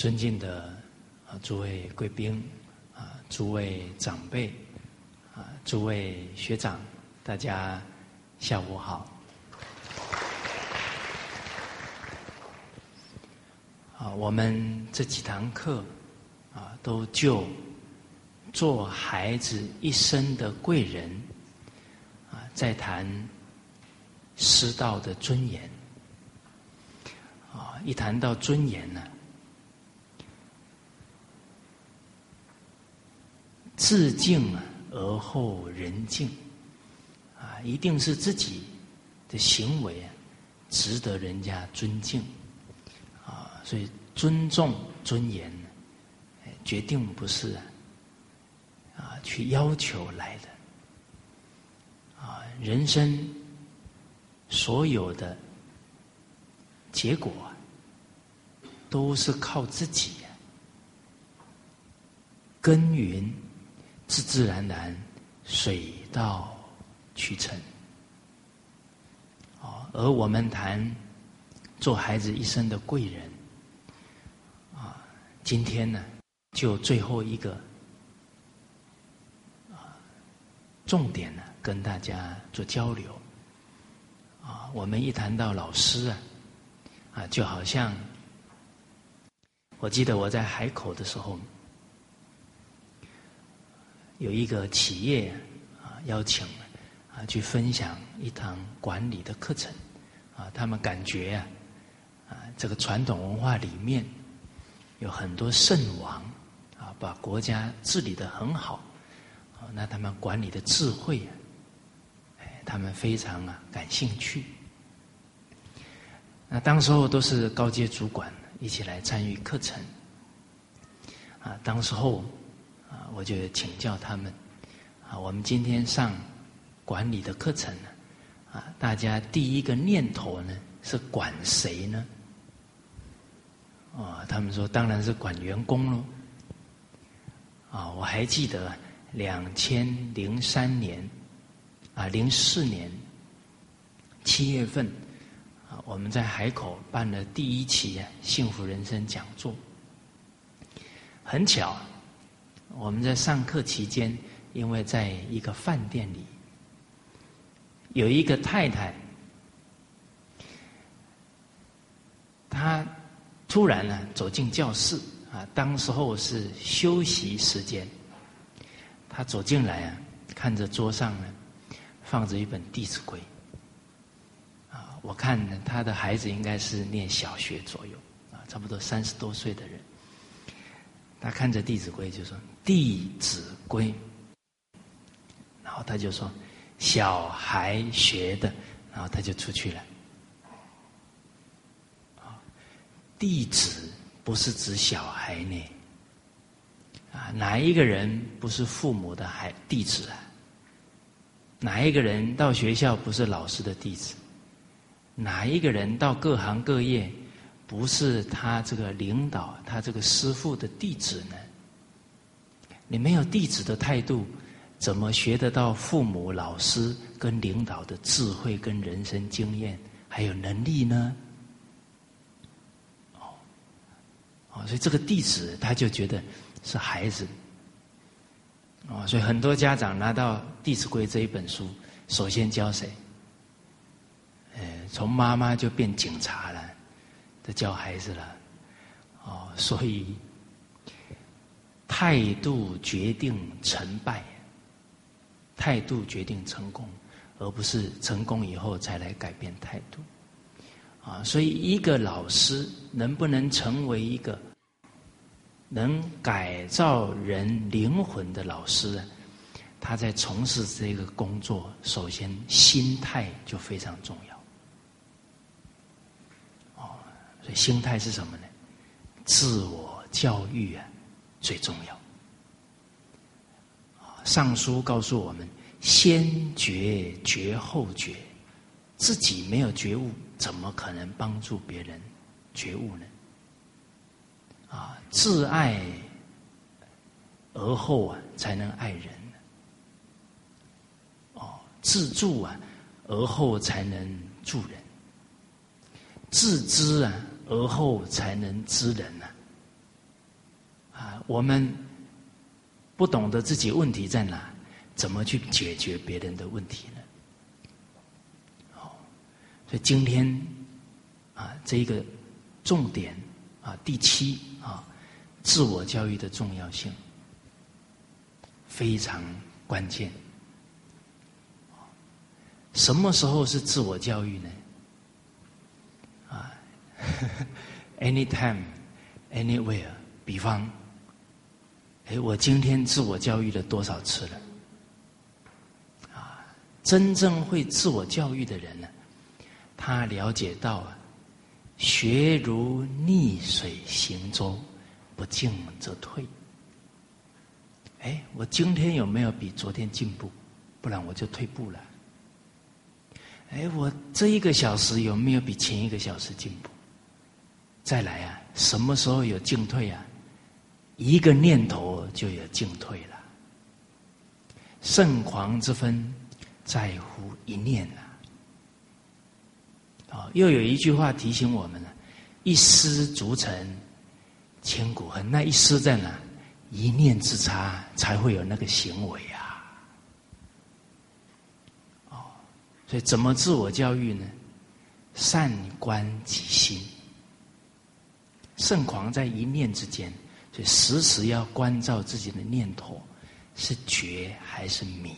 尊敬的诸位贵宾诸位长辈诸位学长，大家下午好。我们这几堂课都就做孩子一生的贵人在谈师道的尊严一谈到尊严呢，自敬而后人敬一定是自己的行为值得人家尊敬所以尊重尊严决定不是去要求来的人生所有的结果都是靠自己耕耘自自然然水到渠成而我们谈做孩子一生的贵人今天呢就最后一个重点呢跟大家做交流我们一谈到老师就好像我记得我在海口的时候有一个企业邀请去分享一堂管理的课程他们感觉这个传统文化里面有很多圣王把国家治理得很好那他们管理的智慧他们非常感兴趣。那当时候都是高阶主管一起来参与课程当时候我就请教他们我们今天上管理的课程大家第一个念头呢是管谁呢他们说当然是管员工咯我还记得2003年04年7月份我们在海口办了第一期幸福人生讲座。很巧我们在上课期间因为在一个饭店里有一个太太她突然走进教室当时候是休息时间她走进来看着桌上放着一本《弟子规》我看她的孩子应该是念小学左右差不多30多岁的人。她看着《弟子规》就说《弟子规》，然后她就说小孩学的，然后她就出去了。弟子不是指小孩呢哪一个人不是父母的弟子哪一个人到学校不是老师的弟子？哪一个人到各行各业不是他这个领导他这个师父的弟子呢？你没有弟子的态度，怎么学得到父母老师跟领导的智慧跟人生经验还有能力呢？所以这个弟子他就觉得是孩子所以很多家长拿到《弟子规》这一本书首先教谁？从妈妈就变警察了，就教孩子了所以态度决定成败，态度决定成功，而不是成功以后才来改变态度所以一个老师能不能成为一个能改造人灵魂的老师他在从事这个工作首先心态就非常重要所以心态是什么呢？自我教育最重要上书告诉我们先觉觉后觉，自己没有觉悟怎么可能帮助别人觉悟呢？自爱而后才能爱人自助而后才能助人，自知而后才能知人我们不懂得自己问题在哪，怎么去解决别人的问题呢？所以今天这一个重点第7自我教育的重要性非常关键。什么时候是自我教育呢？Anytime, anywhere。比方，我今天自我教育了多少次了？真正会自我教育的人呢，他了解到学如逆水行舟，不进则退。我今天有没有比昨天进步？不然我就退步了。我这1个小时有没有比前1个小时进步？再来什么时候有进退一个念头就有进退了。圣狂之分，在乎一念又有一句话提醒我们一丝逐尘，千古恨。那一丝在哪？一念之差，才会有那个行为所以怎么自我教育呢？善观己心。圣狂在一念之间，所以时时要关照自己的念头是觉还是迷。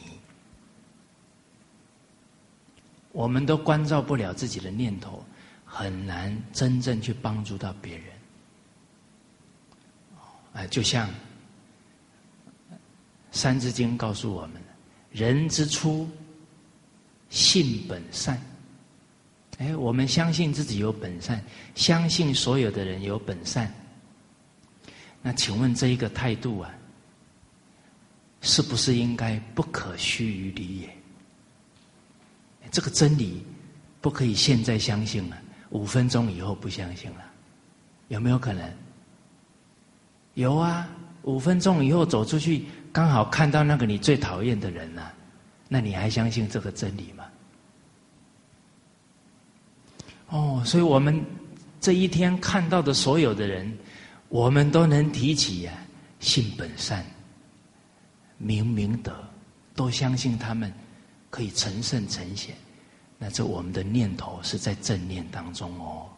我们都关照不了自己的念头，很难真正去帮助到别人。就像《三字经》告诉我们：人之初，性本善。我们相信自己有本善，相信所有的人有本善。那请问这一个态度是不是应该不可须臾离也？这个真理不可以现在相信5分钟以后不相信了，有没有可能？有5分钟以后走出去，刚好看到那个你最讨厌的人那你还相信这个真理吗？所以我们这一天看到的所有的人，我们都能提起性本善、明明德，都相信他们可以成圣成贤。那这我们的念头是在正念当中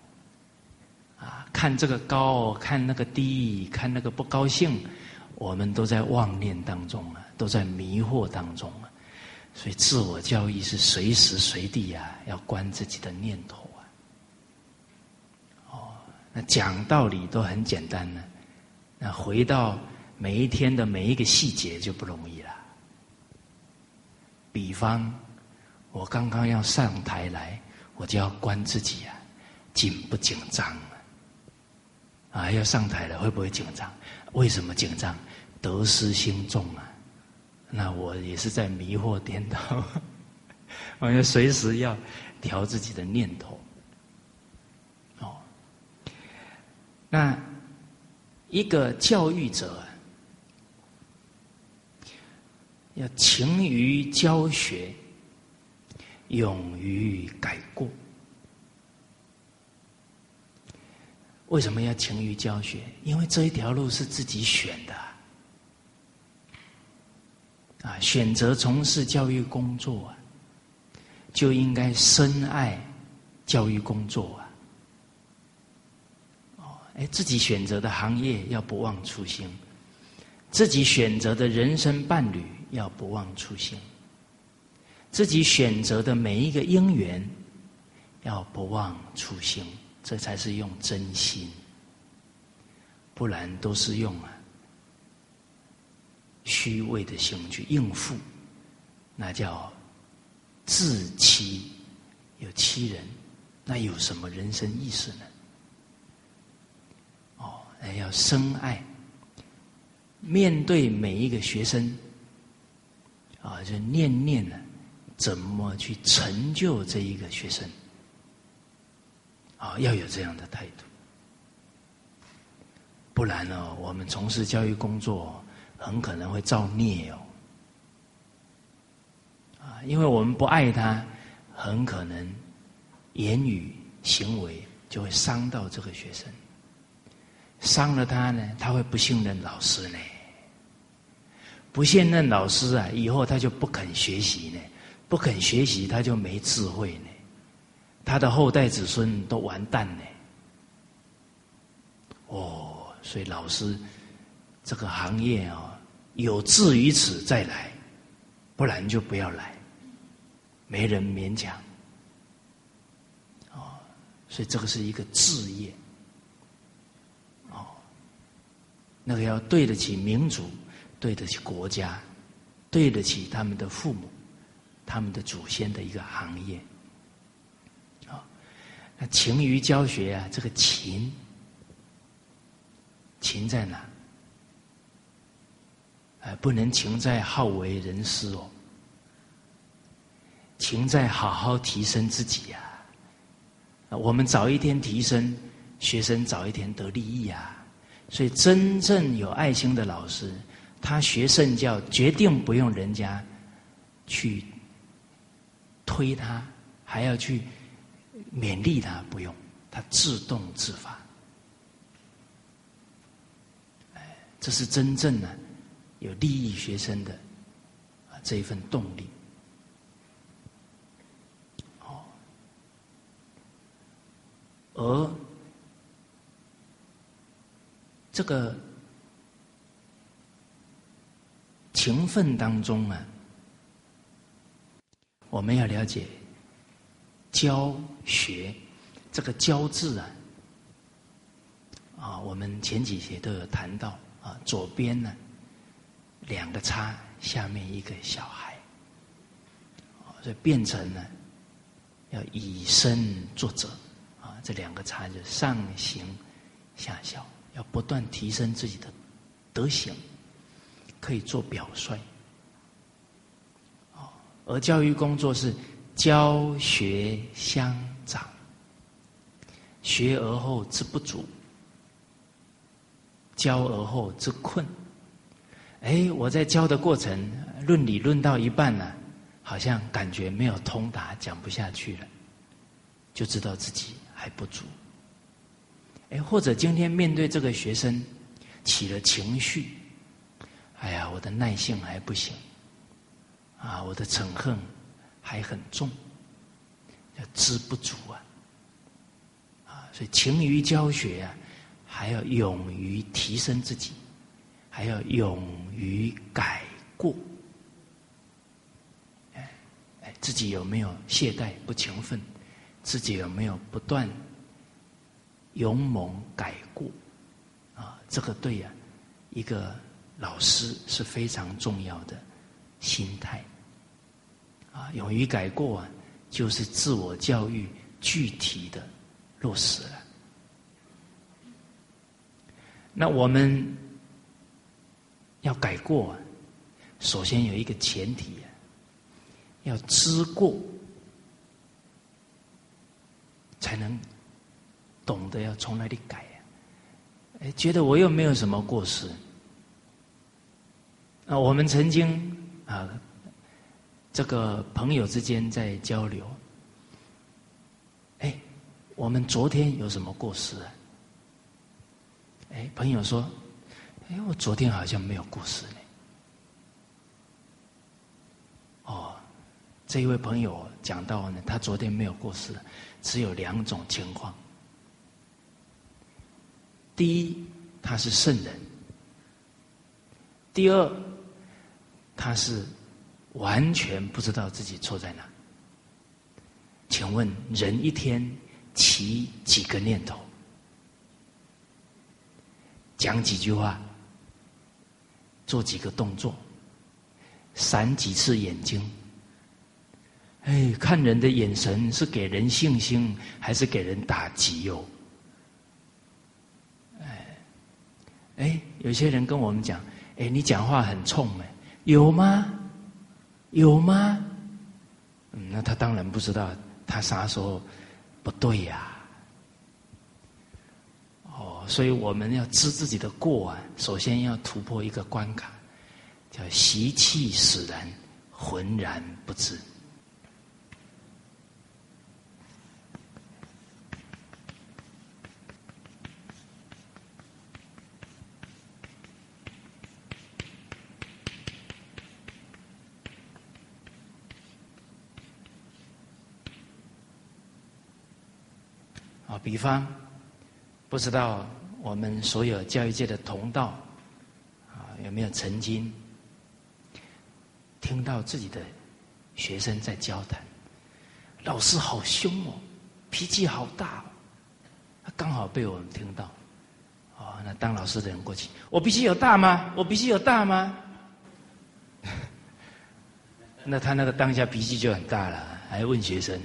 看这个高，看那个低，看那个不高兴，我们都在妄念当中都在迷惑当中所以自我教育是随时随地要观自己的念头那讲道理都很简单那回到每一天的每一个细节就不容易了。比方我刚刚要上台来，我就要观自己紧不紧张要上台了会不会紧张？为什么紧张？得失心重那我也是在迷惑颠倒我要随时要调自己的念头那一个教育者要勤于教学，勇于改过。为什么要勤于教学？因为这一条路是自己选的选择从事教育工作就应该深爱教育工作自己选择的行业要不忘初心，自己选择的人生伴侣要不忘初心，自己选择的每一个因缘要不忘初心，这才是用真心，不然都是用虚伪的心去应付，那叫自欺，有欺人，那有什么人生意识呢？要深爱，面对每一个学生就念念怎么去成就这一个学生要有这样的态度，不然我们从事教育工作很可能会造孽因为我们不爱他，很可能言语行为就会伤到这个学生。 伤了他呢，他会不信任老师呢。不信任老师啊，以后他就不肯学习呢，不肯学习他就没智慧呢，他的后代子孙都完蛋呢。所以老师这个行业啊，有志于此再来，不然就不要来，没人勉强。所以这个是一个志业。那个要对得起民族，对得起国家，对得起他们的父母、他们的祖先的一个行业。那勤于教学啊，这个勤在哪？不能勤在好为人师哦，勤在好好提升自己啊。我们早一天提升，学生早一天得利益啊。所以真正有爱心的老师，他学圣教决定不用人家去推他，还要去勉励他，不用，他自动自发。这是真正的有利益学生的这一份动力。而这个勤奋当中啊，我们要了解教学这个教字啊，我们前几节都有谈到啊，左边呢2个叉，下面一个小孩，所以变成呢要以身作则啊，这2个叉就上行下效。要不断提升自己的德行，可以做表率。而教育工作是教学相长，学而后知不足，教而后知困。我在教的过程，论理论到一半呢，好像感觉没有通达，讲不下去了，就知道自己还不足。或者今天面对这个学生起了情绪，我的耐性还不行啊，我的嗔恨还很重，要知不足啊，所以勤于教学啊，还要勇于提升自己，还要勇于改过。自己有没有懈怠不勤奋？自己有没有不断勇猛改过啊？这个对一个老师是非常重要的心态啊。勇于改过啊，就是自我教育具体的落实了。那我们要改过首先有一个前提要知过，才能懂得要从哪里改觉得我又没有什么过失我们曾经这个朋友之间在交流，我们昨天有什么过失朋友说，我昨天好像没有过失呢。这一位朋友讲到呢，他昨天没有过失，只有2种情况。第一，他是圣人；第二，他是完全不知道自己错在哪。请问，人一天起几个念头？讲几句话？做几个动作？闪几次眼睛？看人的眼神是给人信心，还是给人打击哟？有些人跟我们讲，你讲话很冲有吗？有吗？那他当然不知道他啥时候不对所以我们要知自己的过首先要突破一个关卡，叫习气使然，浑然不知。 比方不知道我们所有教育界的同道有没有曾经听到自己的学生在交谈，老师好凶哦，脾气好大哦，刚好被我们听到。那当老师的人过去，我脾气有大吗？我脾气有大吗？那他那个当下脾气就很大了，还问学生，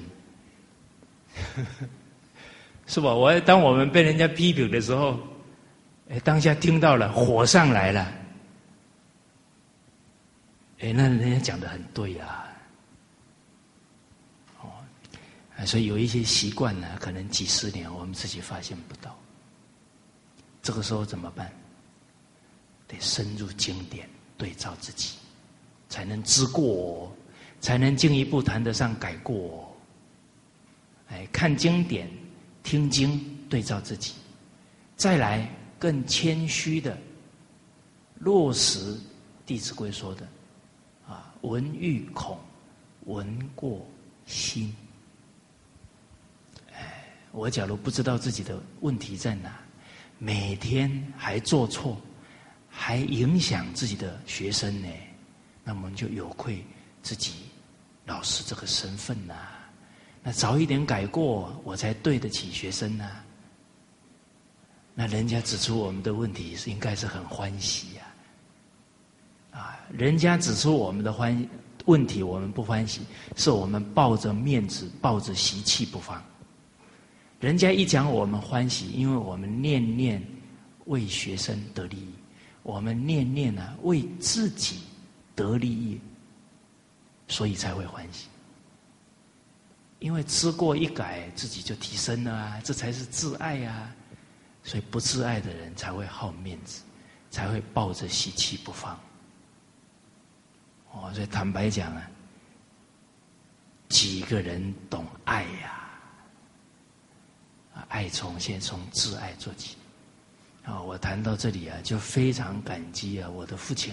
是吧？当我们被人家批评的时候，当下听到了，火上来了，那人家讲得很对啊，所以有一些习惯呢，可能几十年我们自己发现不到。这个时候怎么办？得深入经典，对照自己，才能知过，才能进一步谈得上改过。看经典，听经，对照自己，再来更谦虚的落实《弟子规》说的闻欲恐，闻过心。我假如不知道自己的问题在哪，每天还做错，还影响自己的学生呢，那我们就有愧自己老师这个身份呐。那早一点改过，我才对得起学生呐。那人家指出我们的问题，应该是很欢喜呀。人家指出我们的问题，我们不欢喜，是我们抱着面子，抱着习气不放。人家一讲我们欢喜，因为我们念念为学生得利益，我们念念为自己得利益，所以才会欢喜。因为知过一改，自己就提升了这才是自爱所以不自爱的人才会好面子，才会抱着习气不放。所以坦白讲几个人懂爱爱先从自爱做起。我谈到这里就非常感激我的父亲。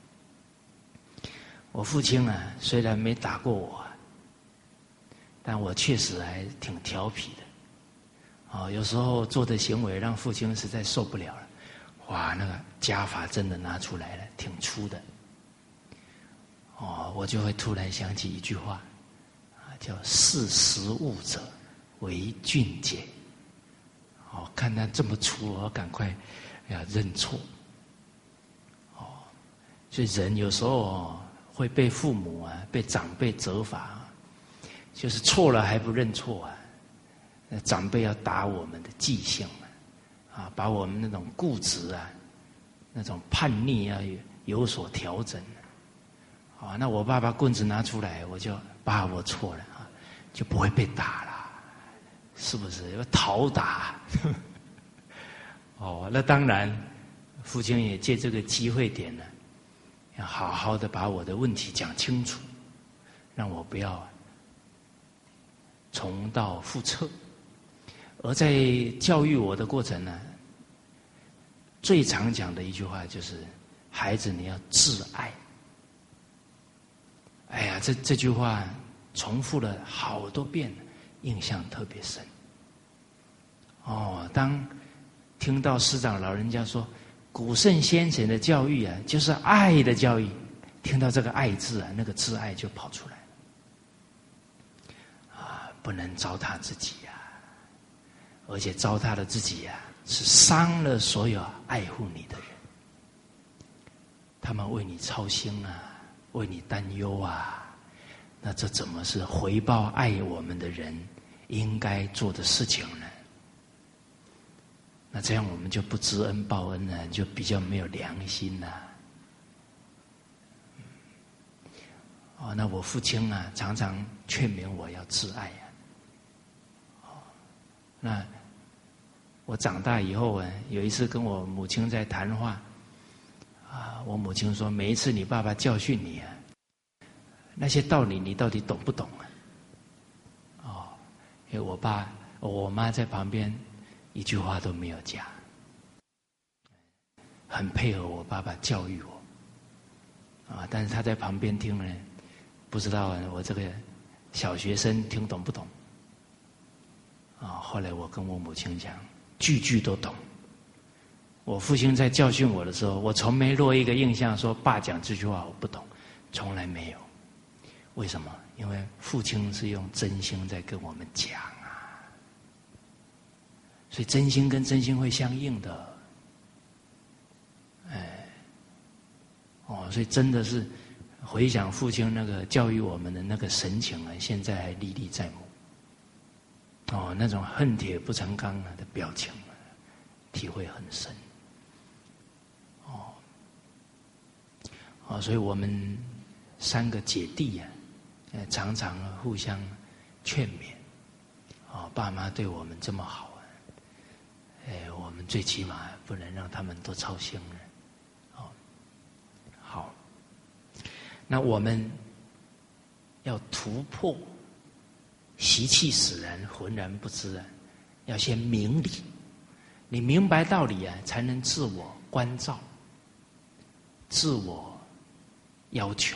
我父亲虽然没打过我，但我确实还挺调皮的。有时候做的行为让父亲实在受不了了，那个家法真的拿出来了，挺粗的。我就会突然想起一句话，叫识时务者为俊杰。看他这么粗，我赶快认错。所以人有时候会被父母被长辈责罚，就是错了还不认错长辈要打我们的记性把我们那种固执那种叛逆要有所调整。那我爸把棍子拿出来，我就爸我错了就不会被打了，是不是？要讨打。那当然，父亲也借这个机会点要好好的把我的问题讲清楚，让我不要重蹈覆辙。而在教育我的过程最常讲的一句话就是：孩子，你要自爱。这句话重复了好多遍，印象特别深。当听到师长老人家说古圣先贤的教育就是爱的教育，听到这个爱字那个自爱就跑出来了。不能糟蹋自己而且糟蹋了自己是伤了所有爱护你的人。他们为你操心为你担忧那这怎么是回报爱我们的人应该做的事情呢？那这样我们就不知恩报恩就比较没有良心那我父亲常常劝勉我要自爱那我长大以后有一次跟我母亲在谈话我母亲说：每一次你爸爸教训你那些道理你到底懂不懂因为我妈在旁边一句话都没有讲，很配合我爸爸教育我但是他在旁边听呢，不知道我这个小学生听懂不懂后来我跟我母亲讲，句句都懂。我父亲在教训我的时候，我从没落一个印象说爸讲这句话我不懂，从来没有。为什么？因为父亲是用真心在跟我们讲啊，所以真心跟真心会相应的。所以真的是回想父亲那个教育我们的那个神情啊，现在还历历在目。那种恨铁不成钢的表情，体会很深。所以我们3个姐弟啊，常常互相劝勉。爸妈对我们这么好啊，我们最起码不能让他们都操心了。好，那我们要突破习气使然，浑然不知啊，要先明理。你明白道理啊，才能自我关照、自我要求。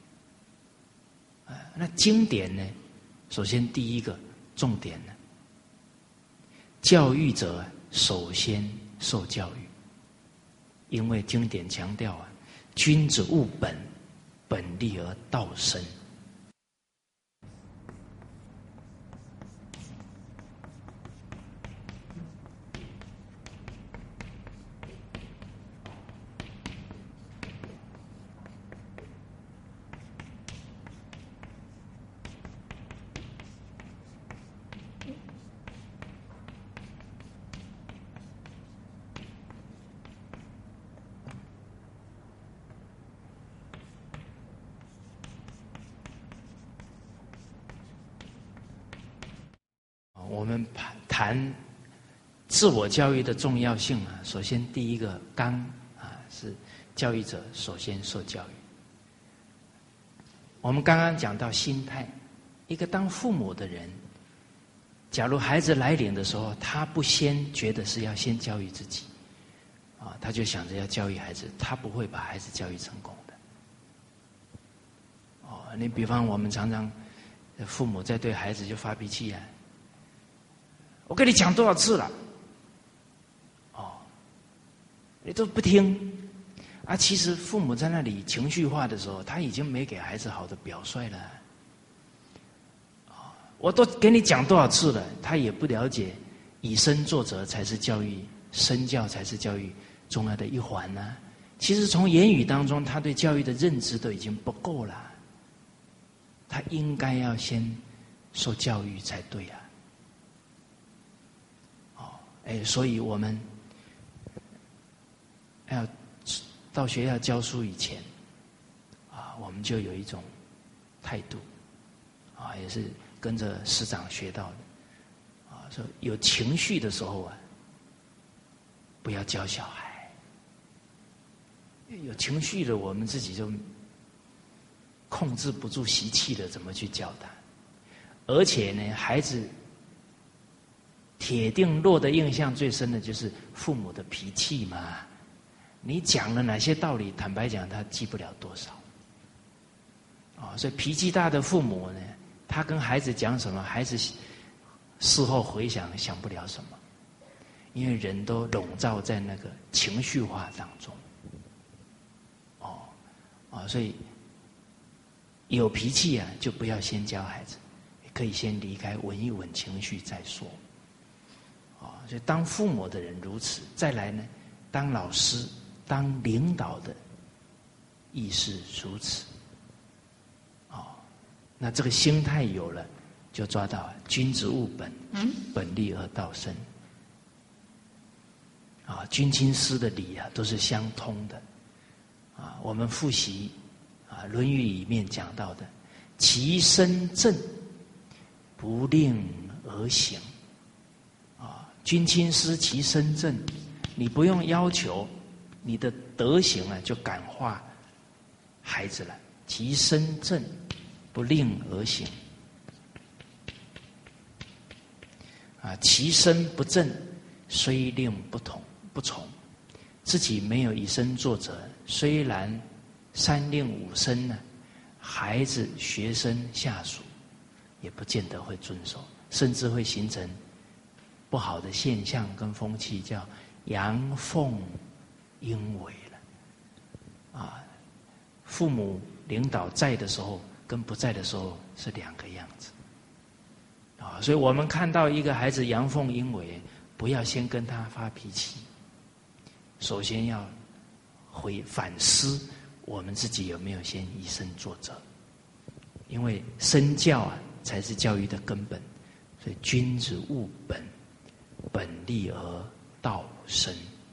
那经典呢？首先第一个重点呢，教育者首先受教育，因为经典强调啊，君子务本，本立而道生。我们谈自我教育的重要性啊，首先第一个纲是教育者首先受教育。我们刚刚讲到心态，一个当父母的人，假如孩子来临的时候，他不先觉得是要先教育自己，他就想着要教育孩子，他不会把孩子教育成功的。你比方我们常常父母在对孩子就发脾气啊，我跟你讲多少次了，你都不听啊！其实父母在那里情绪化的时候，他已经没给孩子好的表率了。我都给你讲多少次了，他也不了解以身作则才是教育，身教才是教育重要的一环呢。其实从言语当中，他对教育的认知都已经不够了。他应该要先受教育才对啊。所以我们要到学校教书以前，我们就有一种态度，也是跟着师长学到的，说有情绪的时候啊，不要教小孩。有情绪了，我们自己就控制不住习气了，怎么去教他？而且呢，孩子铁定落的印象最深的就是父母的脾气嘛。你讲了哪些道理，坦白讲，他记不了多少。所以脾气大的父母呢，他跟孩子讲什么，孩子事后回想想不了什么，因为人都笼罩在那个情绪化当中。所以有脾气啊，就不要先教孩子，可以先离开，稳一稳情绪再说。所以当父母的人如此，再来呢，当老师、当领导的亦是如此。那这个心态有了，就抓到君子务本，本立而道生。君亲师的礼啊，都是相通的。我们复习《论语》里面讲到的，其身正，不令而行。君亲师其身正，你不用要求，你的德行就感化孩子了。其身正，不令而行。其身不正，虽令不从。自己没有以身作则，虽然3令5申呢，孩子、学生、下属也不见得会遵守，甚至会形成不好的现象跟风气，叫阳奉阴违了。啊，父母领导在的时候跟不在的时候是两个样子。啊，所以我们看到一个孩子阳奉阴违，不要先跟他发脾气，首先要反思我们自己有没有先以身作则，因为身教啊才是教育的根本。所以君子务本，本立而道生。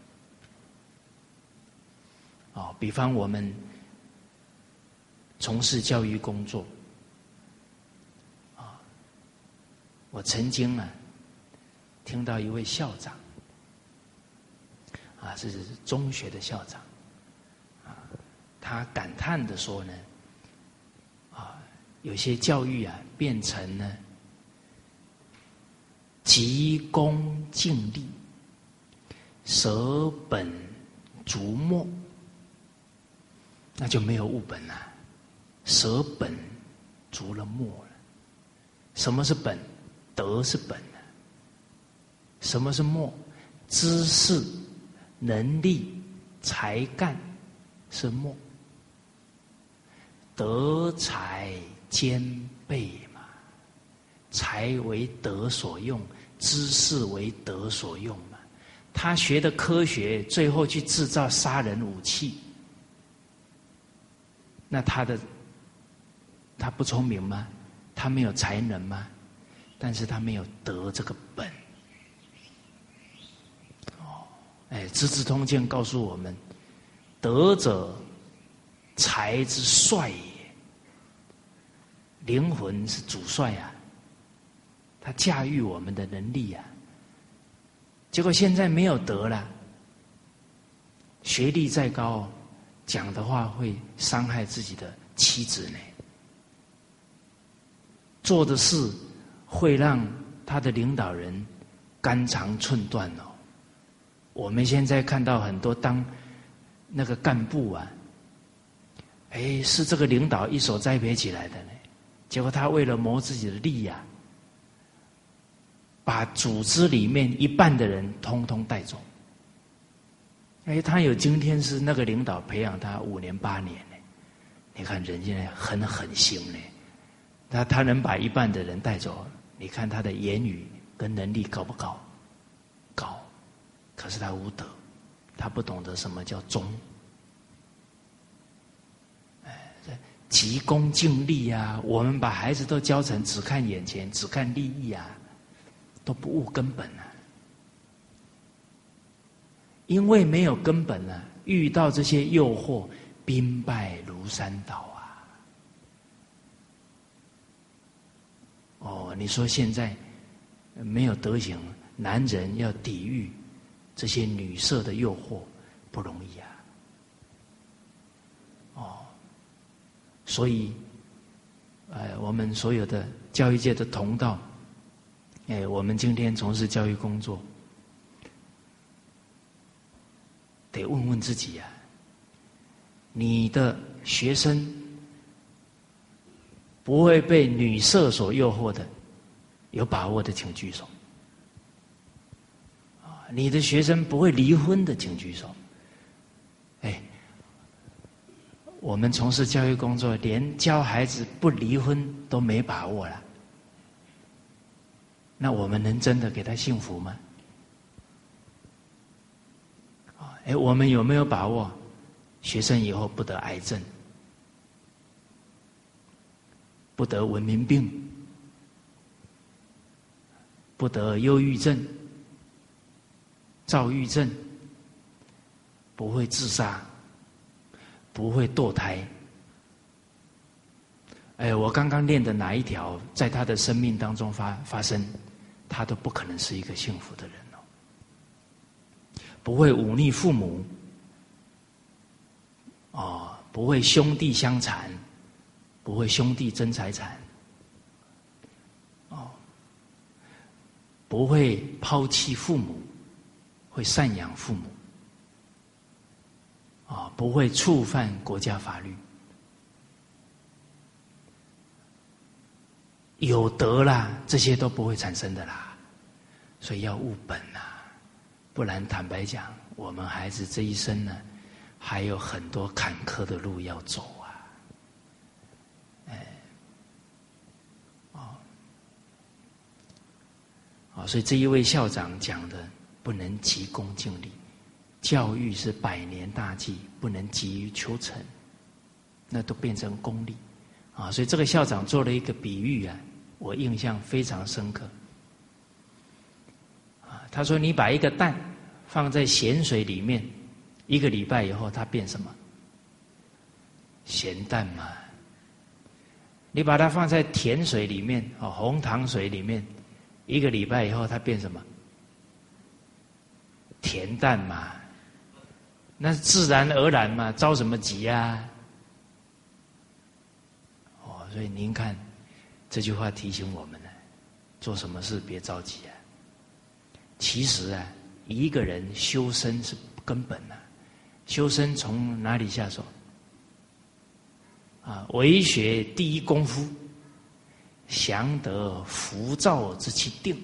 比方我们从事教育工作，我曾经听到一位校长，是中学的校长，他感叹的说呢，有些教育变成呢急功近利，舍本逐末，那就没有务本了，舍本逐了末了。什么是本？德是本。什么是末？知识、能力、才干是末。德才兼备嘛，才为德所用，知识为德所用嘛。他学的科学，最后去制造杀人武器，那他不聪明吗？他没有才能吗？但是他没有德这个本。《资治通鉴》告诉我们，德者才之帅也。灵魂是主帅啊，他驾驭我们的能力啊。结果现在没有德了，学历再高，讲的话会伤害自己的妻子呢，做的事会让他的领导人肝肠寸断哦。我们现在看到很多当那个干部是这个领导一手栽培起来的呢，结果他为了谋自己的利把组织里面一半的人通通带走。他有今天是那个领导培养他5年8年呢，你看人家很行呢，他能把一半的人带走，你看他的言语跟能力高不高？高。可是他无德，他不懂得什么叫忠。急功近利我们把孩子都教成只看眼前，只看利益都不务根本因为没有根本遇到这些诱惑，兵败如山倒你说现在没有德行，男人要抵御这些女色的诱惑不容易所以我们所有的教育界的同道，我们今天从事教育工作，得问问自己你的学生不会被女色所诱惑的，有把握的请举手。你的学生不会离婚的，请举手。我们从事教育工作，连教孩子不离婚都没把握了，那我们能真的给他幸福吗？我们有没有把握学生以后不得癌症，不得文明病，不得忧郁症、躁郁症，不会自杀，不会堕胎？我刚刚念的哪一条在他的生命当中发生，他都不可能是一个幸福的人不会忤逆父母不会兄弟相残，不会兄弟争财产不会抛弃父母，会赡养父母不会触犯国家法律。有德啦，这些都不会产生的啦。 所以要务本啊，不然坦白讲，我们孩子这一生呢，还有很多坎坷的路要走啊。所以这一位校长讲的，不能急功近利，教育是百年大计，不能急于求成，那都变成功利啊。所以这个校长做了一个比喻啊，我印象非常深刻啊。他说：“你把一个蛋放在咸水里面，1个礼拜以后，它变什么？咸蛋嘛。你把它放在甜水里面，红糖水里面。”1个礼拜以后，它变什么？甜蛋嘛，那是自然而然嘛，着什么急啊？所以您看这句话提醒我们呢，做什么事别着急啊。其实啊，一个人修身是根本啊，修身从哪里下手？为学第一功夫。降得浮躁之气定。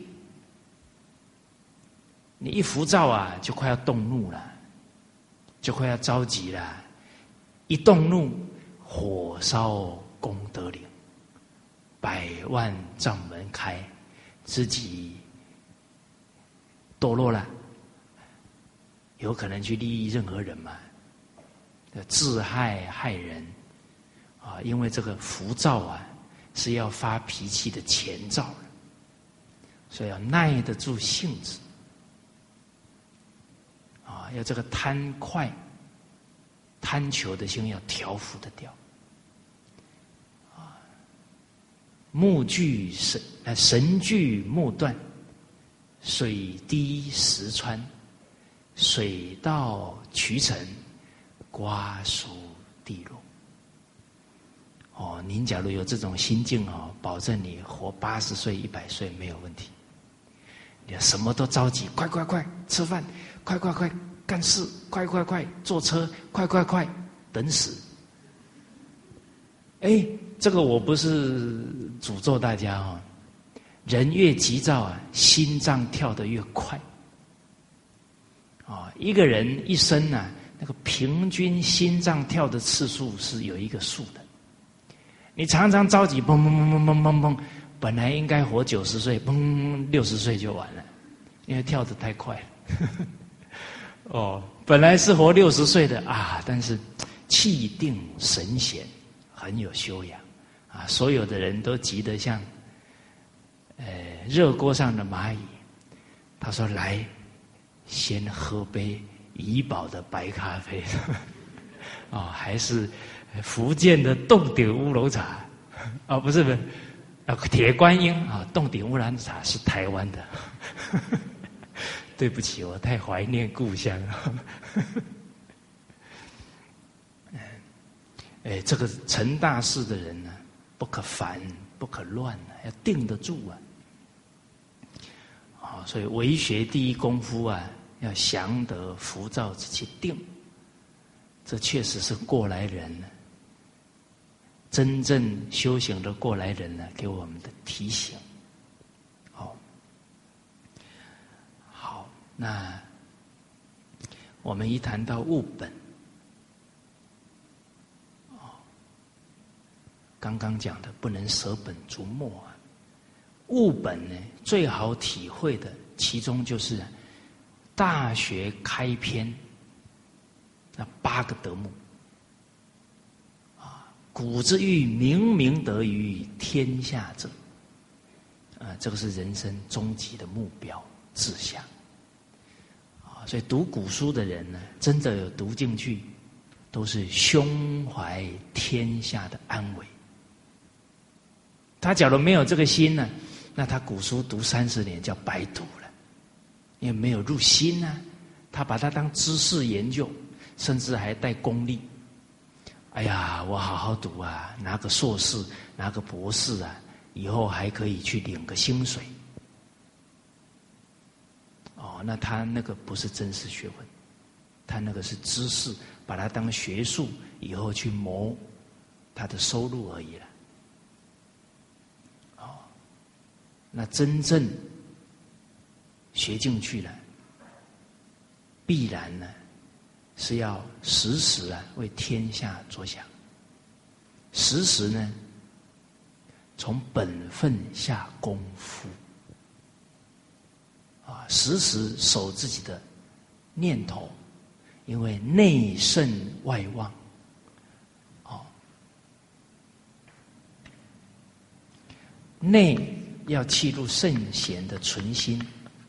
你一浮躁啊，就快要动怒了，就快要着急了。一动怒，火烧功德林，100万丈门开，自己堕落了，有可能去利益任何人嘛，自害害人啊！因为这个浮躁啊，是要发脾气的前兆了，所以要耐得住性子啊，要这个贪快、贪求的心要调伏得掉啊。目具神具目断，水滴石穿，水到渠成，瓜熟蒂落。您假如有这种心境保证你活80岁、100岁没有问题。你什么都着急，快吃饭，快干事，快坐车，快等死。这个我不是诅咒大家人越急躁啊，心脏跳得越快。一个人一生啊，那个平均心脏跳的次数是有一个数的。你常常着急，砰砰砰砰砰砰砰，本来应该活90岁，砰60岁就完了，因为跳得太快了。本来是活60岁的啊，但是气定神闲，很有修养啊。所有的人都急得像热锅上的蚂蚁。他说：“来，先喝杯怡宝的白咖啡还是福建的洞顶乌龙茶不是铁观音洞顶乌龙茶是台湾的对不起，我太怀念故乡了这个成大事的人呢，不可烦，不可乱要定得住所以为学第一功夫要降得浮躁之气定。这确实是过来人真正修行的过来人给我们的提醒。好，那我们一谈到务本，刚刚讲的不能舍本逐末务本呢，最好体会的其中就是《大学》开篇那8个德目古之欲明明德于天下者这个是人生终极的目标志向所以读古书的人呢，真的有读进去，都是胸怀天下的安危。他假如没有这个心呢，那他古书读30年叫白读了，因为没有入心他把它当知识研究，甚至还带功利。哎呀，我好好读拿个硕士，拿个博士以后还可以去领个薪水。那他那个不是真实学问，他那个是知识，把它当学术，以后去谋他的收入而已了。那真正学进去了，必然呢是要时时啊为天下着想，时时呢从本分下功夫，啊，时时守自己的念头，因为内圣外望，哦，内要契入圣贤的存心，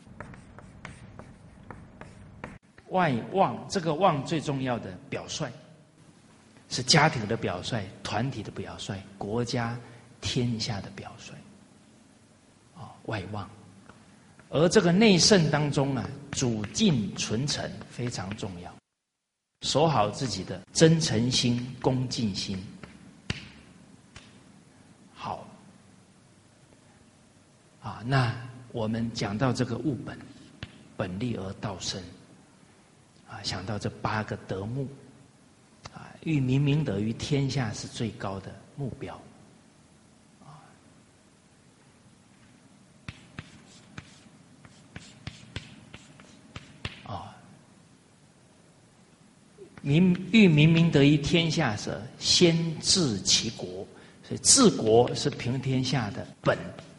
外望，这个望最重要的表率，是家庭的表率、团体的表率、国家天下的表率，哦，外望。而这个内圣当中啊，主静存诚非常重要，守好自己的真诚心、恭敬心。好，啊，那我们讲到这个物本，本立而道生，啊，想到这8个德目，啊，欲明明德于天下是最高的目标。欲明明德于天下者，先治其国。所以治国是平天下的本。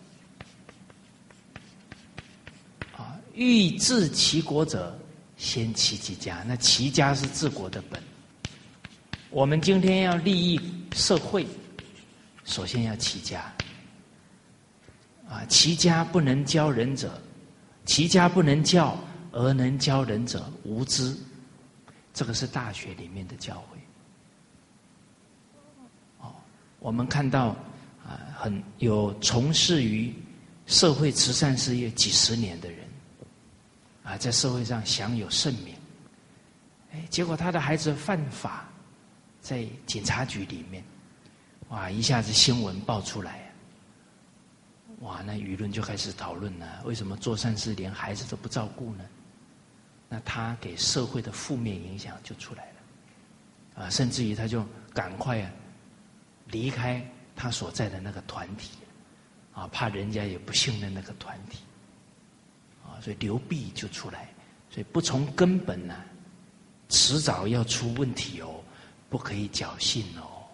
啊，欲治其国者，先齐其家。那齐家是治国的本。我们今天要利益社会，首先要齐家。啊，齐家不能教人者，齐家不能教而能教人者，无知。这个是大学里面的教诲。哦，我们看到啊，很有从事于社会慈善事业几十年的人，啊，在社会上享有盛名，结果他的孩子犯法，在警察局里面，哇，一下子新闻爆出来，哇，那舆论就开始讨论了，为什么做善事连孩子都不照顾呢？那他给社会的负面影响就出来了，啊，甚至于他就赶快离开他所在的那个团体，啊，怕人家也不信任那个团体，啊，所以流弊就出来，所以不从根本呢，迟早要出问题哦，不可以侥幸哦，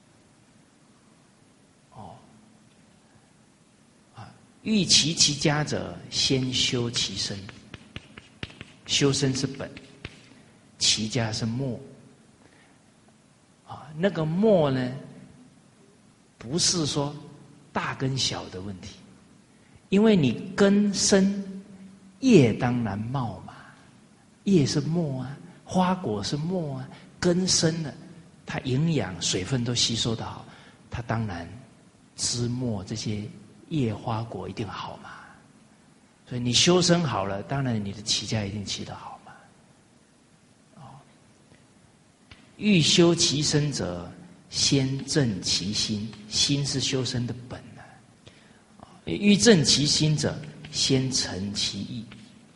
哦，啊，欲齐其家者，先修其身。修身是本，齐家是末。啊，那个末呢，不是说大跟小的问题，因为你根深，叶当然茂嘛，叶是末啊，花果是末啊，根深了，它营养水分都吸收得好，它当然枝末这些叶花果一定好嘛。所以你修身好了，当然你的齐家一定齐得好嘛。哦，欲修其身者，先正其心，心是修身的本啊。欲正其心者，先诚其意。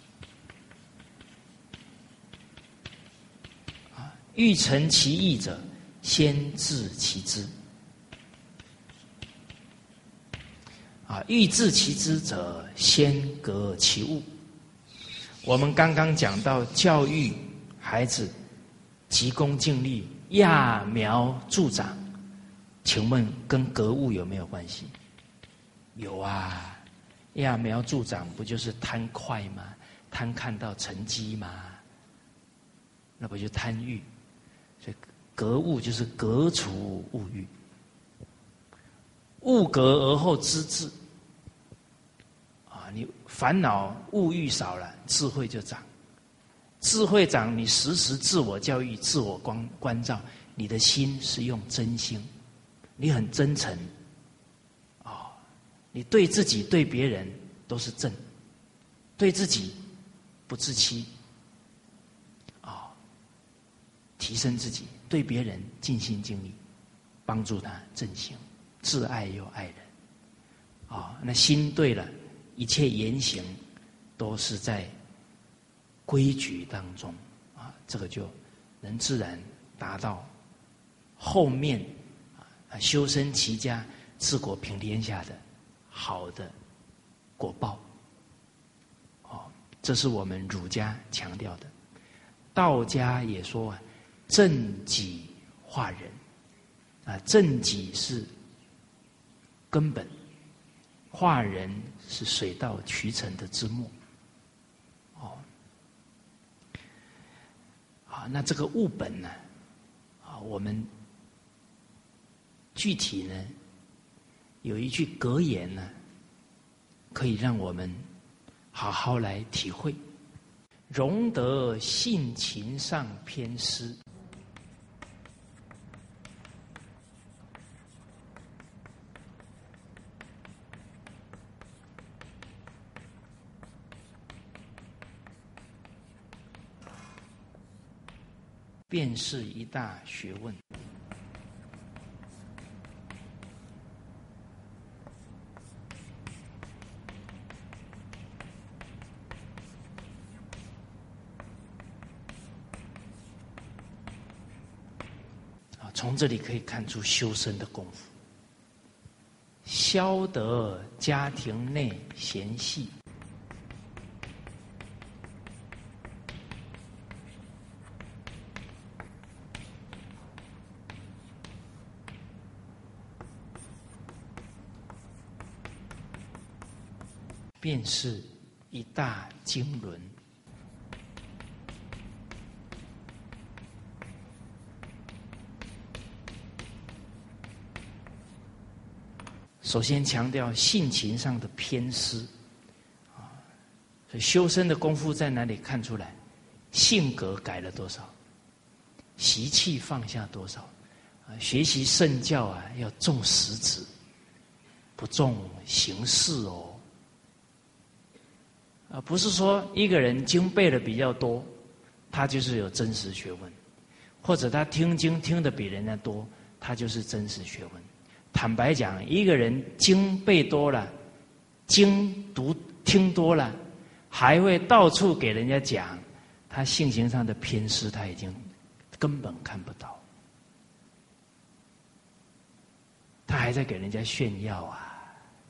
啊，欲诚其意者，先治其知。啊，欲治其知者，先革其物。我们刚刚讲到教育孩子急功近利、揠苗助长，请问跟格物有没有关系？有啊，揠苗助长不就是贪快吗？贪看到成绩吗？那不就贪欲？所以格物就是革除物欲。物革而后知至，啊，你烦恼物欲少了，智慧就长。智慧长，你时时自我教育、自我关照，你的心是用真心，你很真诚，啊，你对自己、对别人都是正，对自己不自欺，啊，提升自己，对别人尽心尽力，帮助他正行。自爱又爱人，啊，那心对了，一切言行都是在规矩当中，啊，这个就能自然达到后面修身齐家、治国平天下的好的果报。哦， 这是我们儒家强调的。道家也说啊，正己化人啊，正己是根本，化人是水到渠成的之末。哦，好，那这个物本呢？啊，我们具体呢有一句格言呢，可以让我们好好来体会。容得性情上偏失，便是一大学问。从这里可以看出修身的功夫，消得家庭内嫌隙，便是一大经纶。首先强调性情上的偏失，啊，所以修身的功夫在哪里看出来？性格改了多少？习气放下多少？啊，学习圣教啊，要重实质，不重形式哦。啊，不是说一个人经背的比较多，他就是有真实学问，或者他听经听的比人家多，他就是真实学问。坦白讲，一个人经背多了，经读听多了，还会到处给人家讲，他性情上的偏失，他已经根本看不到，他还在给人家炫耀啊。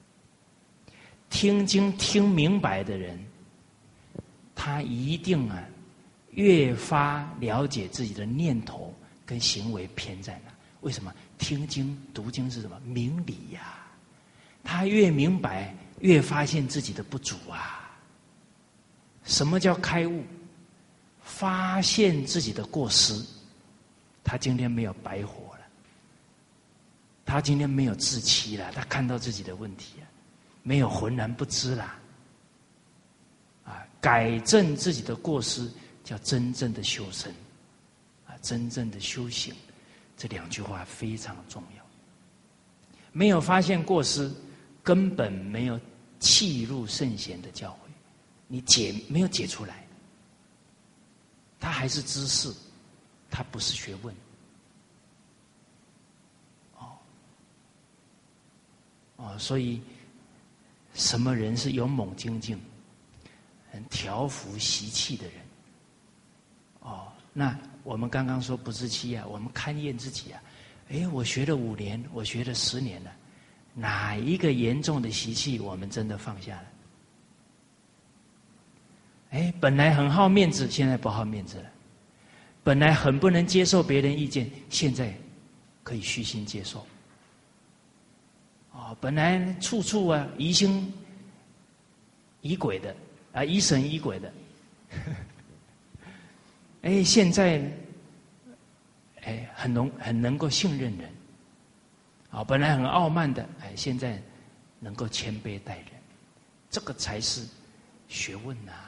听经听明白的人，他一定啊，越发了解自己的念头跟行为偏在哪。为什么？听经读经是什么？明理呀。他越明白，越发现自己的不足啊。什么叫开悟？发现自己的过失。他今天没有白活了，他今天没有自欺了，他看到自己的问题啊，没有浑然不知啦。啊，改正自己的过失，叫真正的修身，啊，真正的修行。这两句话非常重要。没有发现过失，根本没有契入圣贤的教诲，你没有解出来，它还是知识，它不是学问。所以什么人是勇猛精进、很调伏习气的人？那我们刚刚说不自欺啊，我们勘验自己啊。我学了5年，我学了10年了，哪一个严重的习气我们真的放下了？本来很好面子，现在不好面子了；本来很不能接受别人意见，现在可以虚心接受。本来处处啊疑心疑鬼的啊，疑神疑鬼的。现在很能够信任人，本来很傲慢的，现在能够谦卑待人，这个才是学问呐。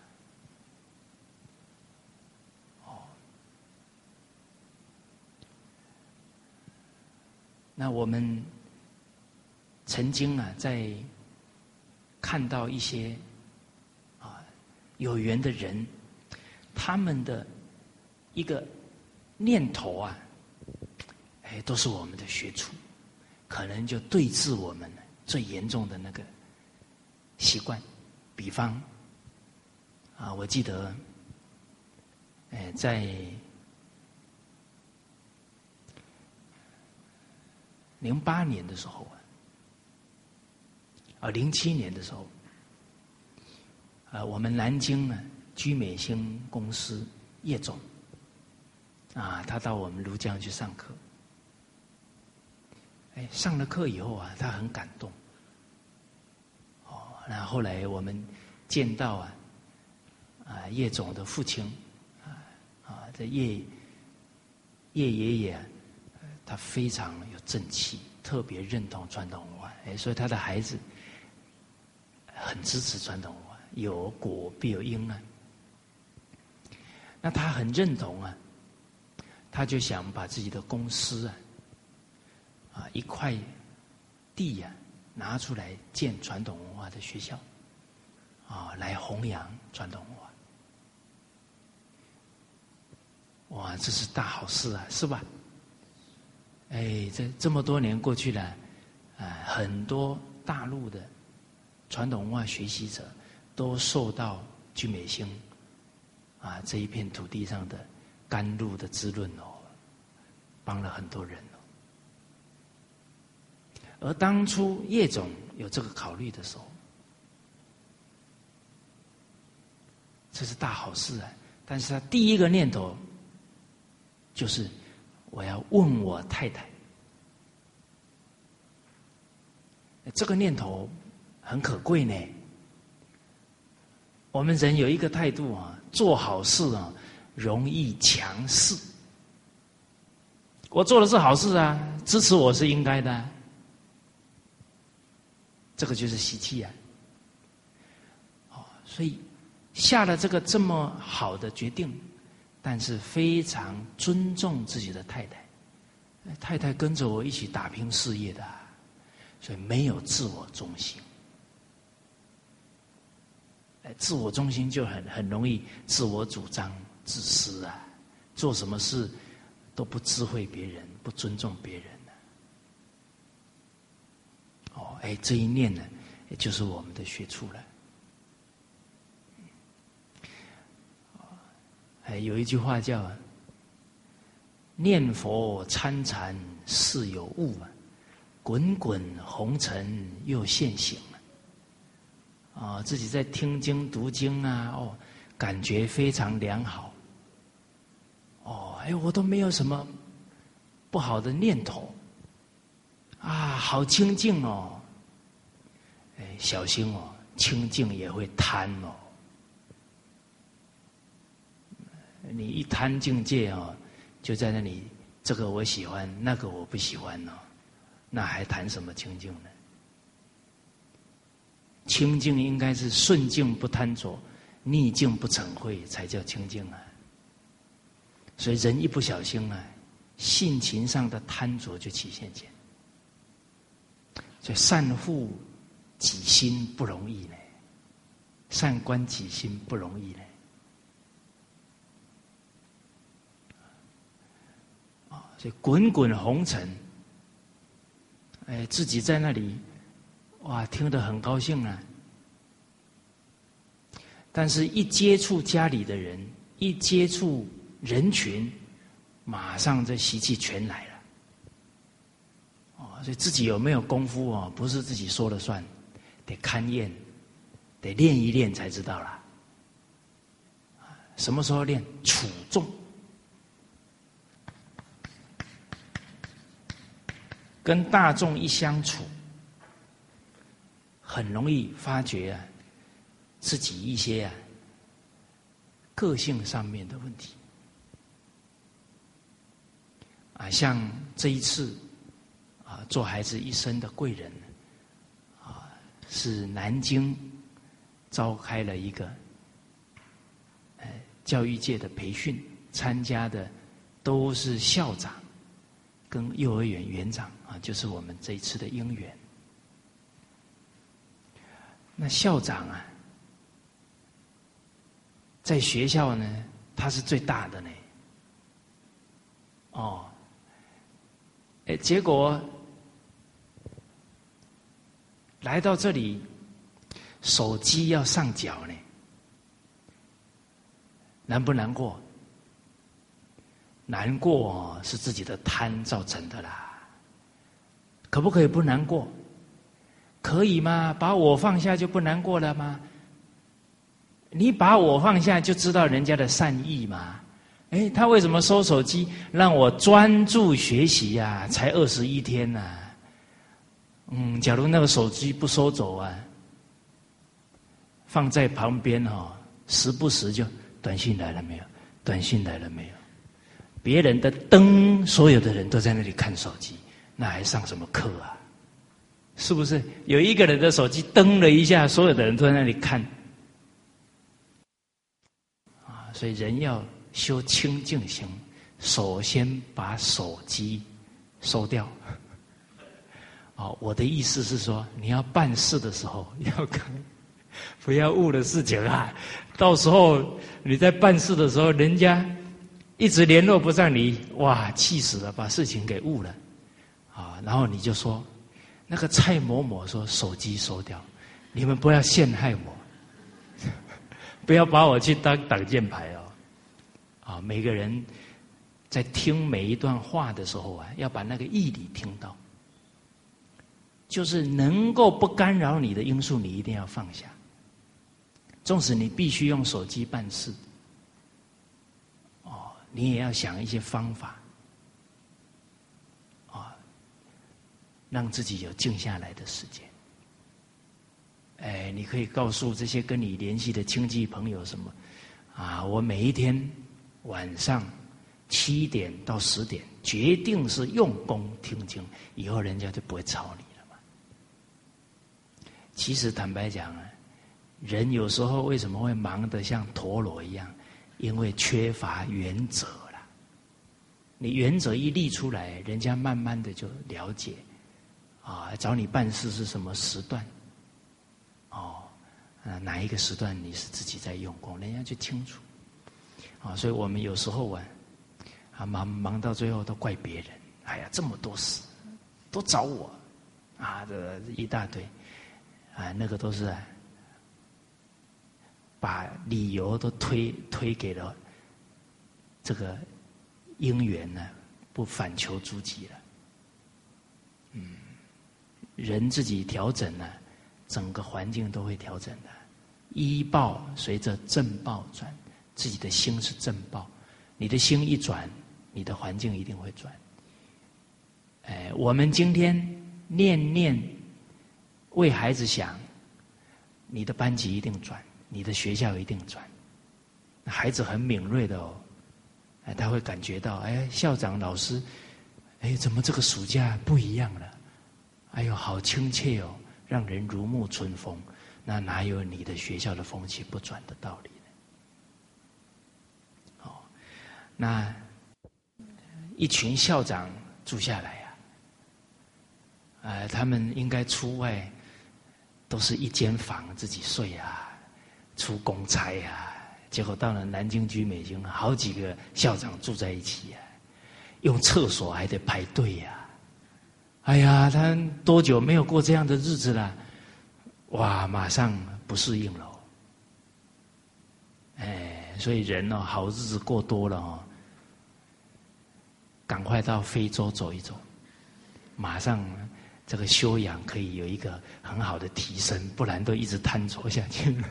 那我们曾经啊，在看到一些有缘的人，他们的一个念头啊，都是我们的学处，可能就对治我们最严重的那个习惯。比方我记得在08年的时候07年的时候， 我们南京呢居美兴公司叶总他到我们庐江去上课。上了课以后他很感动。那后来我们见到叶总的父亲这叶爷爷他非常有正气，特别认同传统文化，所以他的孩子很支持传统文化，有果必有因那他很认同他就想把自己的公司一块地拿出来建传统文化的学校来弘扬传统文化。哇，这是大好事是吧？这么多年过去了，很多大陆的传统文化学习者都受到居美兴这一片土地上的甘露的滋润帮了很多人而当初叶总有这个考虑的时候，这是大好事但是他第一个念头就是我要问我太太。这个念头很可贵呢。我们人有一个态度做好事容易强势。我做的是好事支持我是应该的这个就是习气所以下了这个这么好的决定，但是非常尊重自己的太太。太太跟着我一起打拼事业的所以没有自我中心。自我中心就很容易自我主张、自私做什么事都不知会别人，不尊重别人这一念呢，就是我们的学处了。有一句话叫念佛参禅事有悟滚滚红尘又现形自己在听经读经感觉非常良好我都没有什么不好的念头好清净小心清净也会贪你一贪境界就在那里，这个我喜欢，那个我不喜欢那还谈什么清净呢？清净应该是顺境不贪着，逆境不嗔恚，才叫清净所以人一不小心性情上的贪着就起现前。所以善护己心不容易呢，善观己心不容易呢。所以滚滚红尘，自己在那里，听得很高兴但是一接触家里的人，一接触人群，马上这习气全来了。所以自己有没有功夫不是自己说了算，得勘验，得练一练才知道啦。什么时候练？处众。跟大众一相处，很容易发觉自己一些个性上面的问题像这一次做孩子一生的贵人是南京召开了一个教育界的培训，参加的都是校长跟幼儿园园长就是我们这一次的因缘。那校长在学校呢，他是最大的呢。结果来到这里，手机要上缴呢，难不难过？难过是自己的贪造成的啦。可不可以不难过？可以吗？把我放下就不难过了吗？ 你把我放下，就知道人家的善意嘛。哎，他为什么收手机？让我专注学习呀，才21天呐。假如那个手机不收走啊，放在旁边时不时就短信来了没有？短信来了没有？别人的灯，所有的人都在那里看手机，那还上什么课啊？是不是？有一个人的手机登了一下，所有的人都在那里看。所以人要修清净心，首先把手机收掉。我的意思是说，你要办事的时候要看，不要误了事情啊！到时候你在办事的时候，人家一直联络不上你，哇，气死了，把事情给误了然后你就说，那个蔡某某说手机收掉，你们不要陷害我，不要把我去当挡箭牌每个人在听每一段话的时候要把那个义理听到。就是能够不干扰你的因素，你一定要放下。纵使你必须用手机办事，你也要想一些方法，让自己有静下来的时间。你可以告诉这些跟你联系的亲戚朋友什么我每一天晚上7点到10点，决定是用功听经，以后人家就不会吵你。其实坦白讲人有时候为什么会忙得像陀螺一样？因为缺乏原则啦。你原则一立出来，人家慢慢的就了解找你办事是什么时段哪一个时段你是自己在用功，人家就清楚所以我们有时候忙到最后都怪别人，哎呀，这么多事都找我这一大堆那个都是把理由都推给了这个因缘不反求诸己了。人自己调整整个环境都会调整的。依报随着正报转，自己的心是正报，你的心一转，你的环境一定会转。我们今天念念为孩子想，你的班级一定转，你的学校一定转。孩子很敏锐的他会感觉到，校长老师，怎么这个暑假不一样了？哎呦，好亲切让人如沐春风。那哪有你的学校的风气不转的道理呢？那一群校长住下来他们应该出外都是一间房自己睡出公差结果到了南京居美京，好几个校长住在一起用厕所还得排队哎呀，他多久没有过这样的日子了？哇，马上不适应了。所以人好日子过多了赶快到非洲走一走，马上这个修养可以有一个很好的提升，不然都一直瘫坐下去了。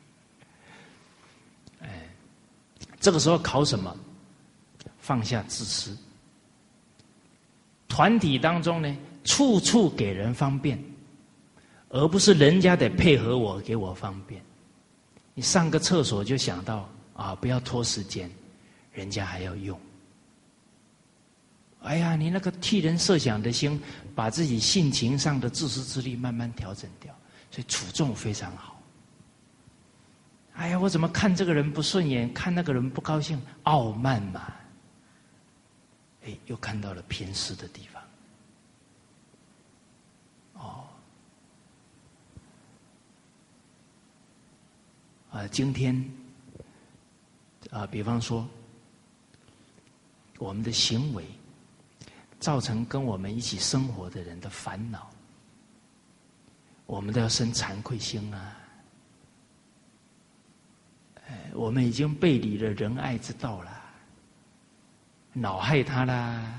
这个时候考什么？放下自私。团体当中呢，处处给人方便，而不是人家得配合我给我方便。你上个厕所就想到不要拖时间，人家还要用。哎呀，你那个替人设想的心，把自己性情上的自私自利慢慢调整掉，所以处众非常好。哎呀，我怎么看这个人不顺眼，看那个人不高兴，傲慢嘛。又看到了偏私的地方。今天比方说我们的行为造成跟我们一起生活的人的烦恼，我们都要生惭愧心我们已经背离了仁爱之道了，恼害他啦。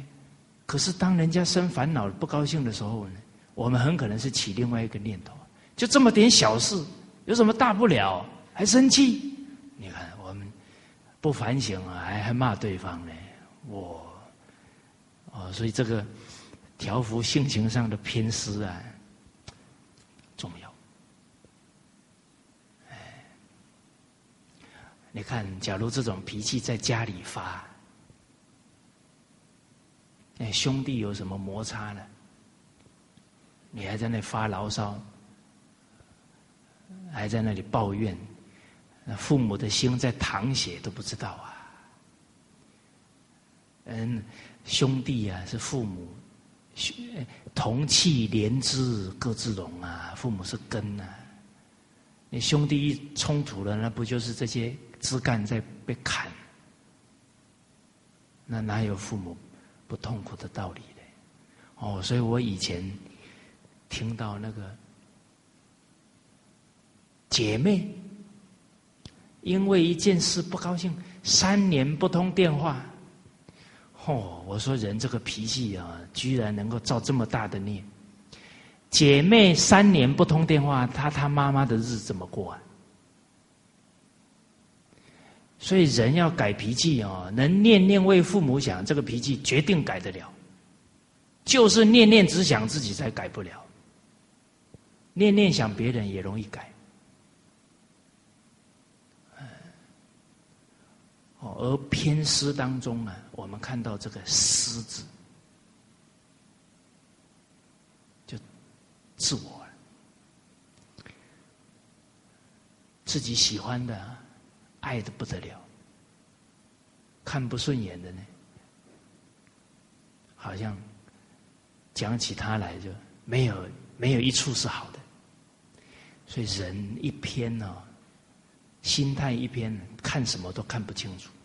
可是当人家生烦恼不高兴的时候呢，我们很可能是起另外一个念头， 就这么点小事，有什么大不了？还生气？你看我们不反省啊，还骂对方呢，所以这个调伏性情上的偏私啊，重要。你看，假如这种脾气在家里发，兄弟有什么摩擦了，你还在那发牢骚，还在那里抱怨，那父母的心在淌血都不知道啊。兄弟啊，是父母同气连枝，各自荣啊，父母是根啊。你兄弟一冲突了，那不就是这些枝干在被砍？那哪有父母不痛苦的道理呢？所以我以前听到那个姐妹因为一件事不高兴，3年不通电话。我说人这个脾气啊，居然能够造这么大的孽。姐妹3年不通电话，她妈妈的日子怎么过啊？所以人要改脾气能念念为父母想，这个脾气决定改得了。就是念念只想自己才改不了，念念想别人也容易改。而偏私当中啊，我们看到这个私字，就自我了，自己喜欢的爱得不得了，看不顺眼的呢，好像讲起他来就没有一处是好的。所以人一偏心态一偏，看什么都看不清楚。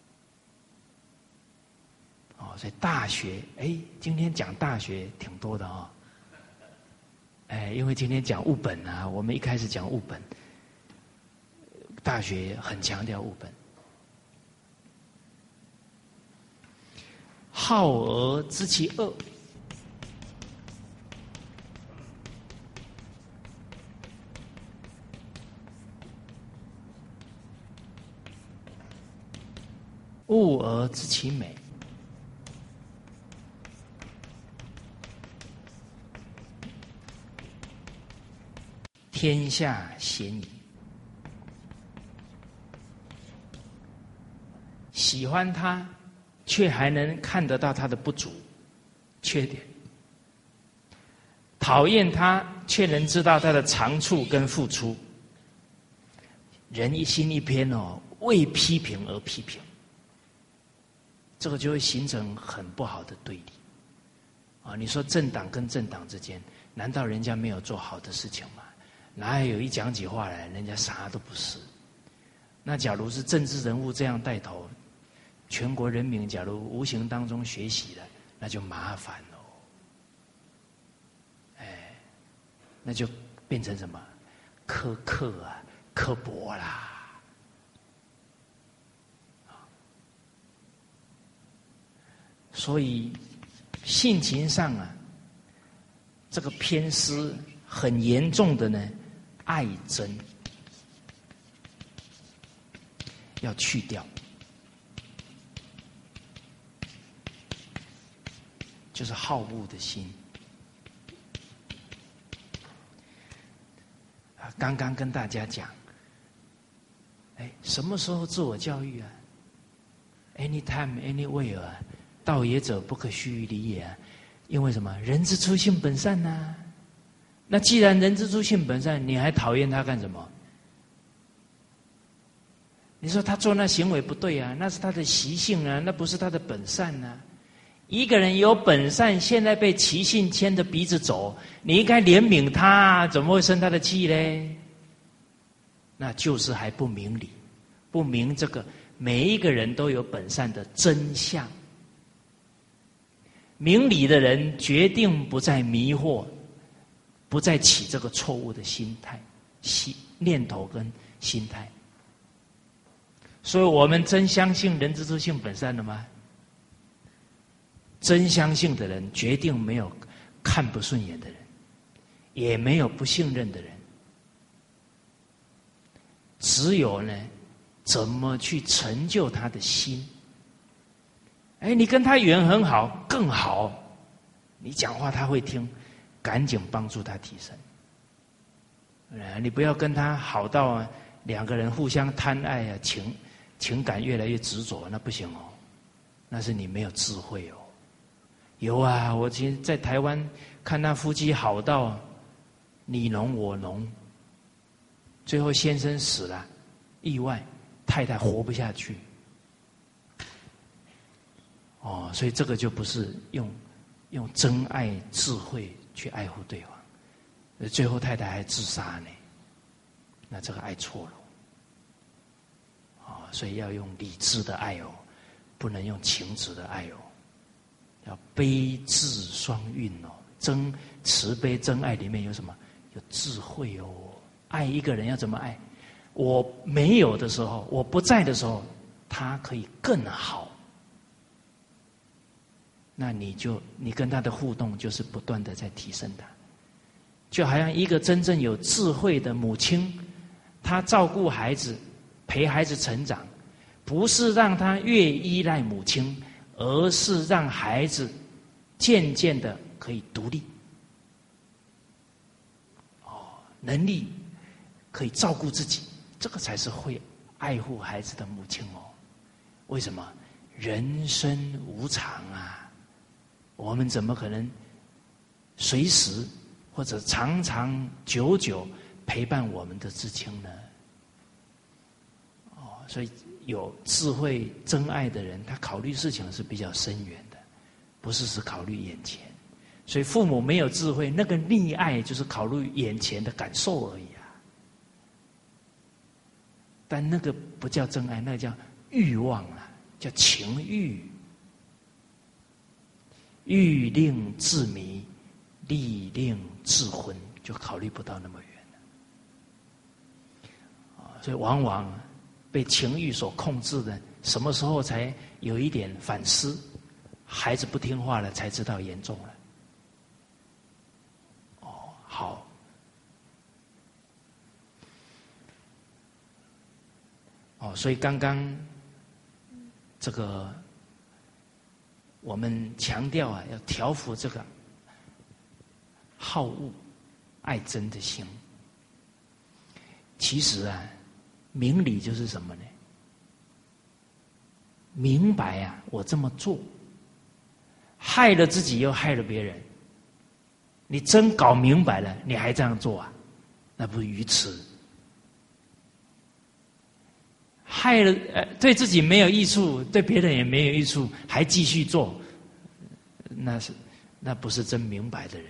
所以大学，今天讲大学挺多的因为今天讲物本啊，我们一开始讲物本，大学很强调物本。好而知其恶，恶而知其美。天下鲜矣。喜欢他，却还能看得到他的不足、缺点；讨厌他，却能知道他的长处跟付出。人一心一偏为批评而批评，这个就会形成很不好的对立。你说政党跟政党之间，难道人家没有做好的事情吗？哪有一讲起话来，人家啥都不是？那假如是政治人物这样带头，全国人民假如无形当中学习了，那就麻烦了。那就变成什么？苛刻啊，刻薄啦。所以性情上啊，这个偏私很严重的呢，爱憎要去掉，就是好恶的心。刚刚跟大家讲，什么时候自我教育啊 ？Anytime, anywhere 啊，道也者不可虚于理也啊。因为什么？人之初性本善呐。那既然人之初性本善，你还讨厌他干什么？你说他做那行为不对啊，那是他的习性啊，那不是他的本善啊。一个人有本善，现在被习性牵着鼻子走，你应该怜悯他，怎么会生他的气呢？那就是还不明理，不明这个每一个人都有本善的真相。明理的人决定不再迷惑，不再起这个错误的心态、念头跟心态。所以我们真相信人之初性本善了吗？真相信的人决定没有看不顺眼的人，也没有不信任的人， 只有呢，怎么去成就他的心。哎，你跟他缘很好，更好，你讲话他会听，赶紧帮助他提升。你不要跟他好到两个人互相贪爱啊，情感越来越执着，那不行哦，那是你没有智慧哦。有啊，我其实在台湾看那夫妻好到你侬我侬，最后先生死了，意外，太太活不下去。哦，所以这个就不是用真爱智慧去爱护对方，最后太太还自杀呢，那这个爱错了。哦，所以要用理智的爱哦，不能用情执的爱哦，要悲智双运哦。慈悲真爱里面有什么？有智慧哦。爱一个人要怎么爱？我没有的时候，我不在的时候，他可以更好。那你跟他的互动就是不断的在提升他，就好像一个真正有智慧的母亲，她照顾孩子，陪孩子成长，不是让他越依赖母亲，而是让孩子渐渐的可以独立，能力可以照顾自己，这个才是会爱护孩子的母亲哦。为什么？人生无常啊。我们怎么可能随时或者长长久久陪伴我们的至亲呢？所以有智慧真爱的人，他考虑事情是比较深远的，不是只考虑眼前。所以父母没有智慧，那个溺爱就是考虑眼前的感受而已啊。但那个不叫真爱，那个叫欲望啊，叫情欲。欲令自迷，力令自昏，就考虑不到那么远了。所以往往被情欲所控制的，什么时候才有一点反思？孩子不听话了，才知道严重了。好。所以刚刚这个。我们强调啊，要调伏这个好恶、爱憎的心。其实啊，明理就是什么呢？明白啊，我这么做，害了自己又害了别人。你真搞明白了，你还这样做啊？那不是愚痴。害了对自己没有益处，对别人也没有益处，还继续做，那不是真明白的人。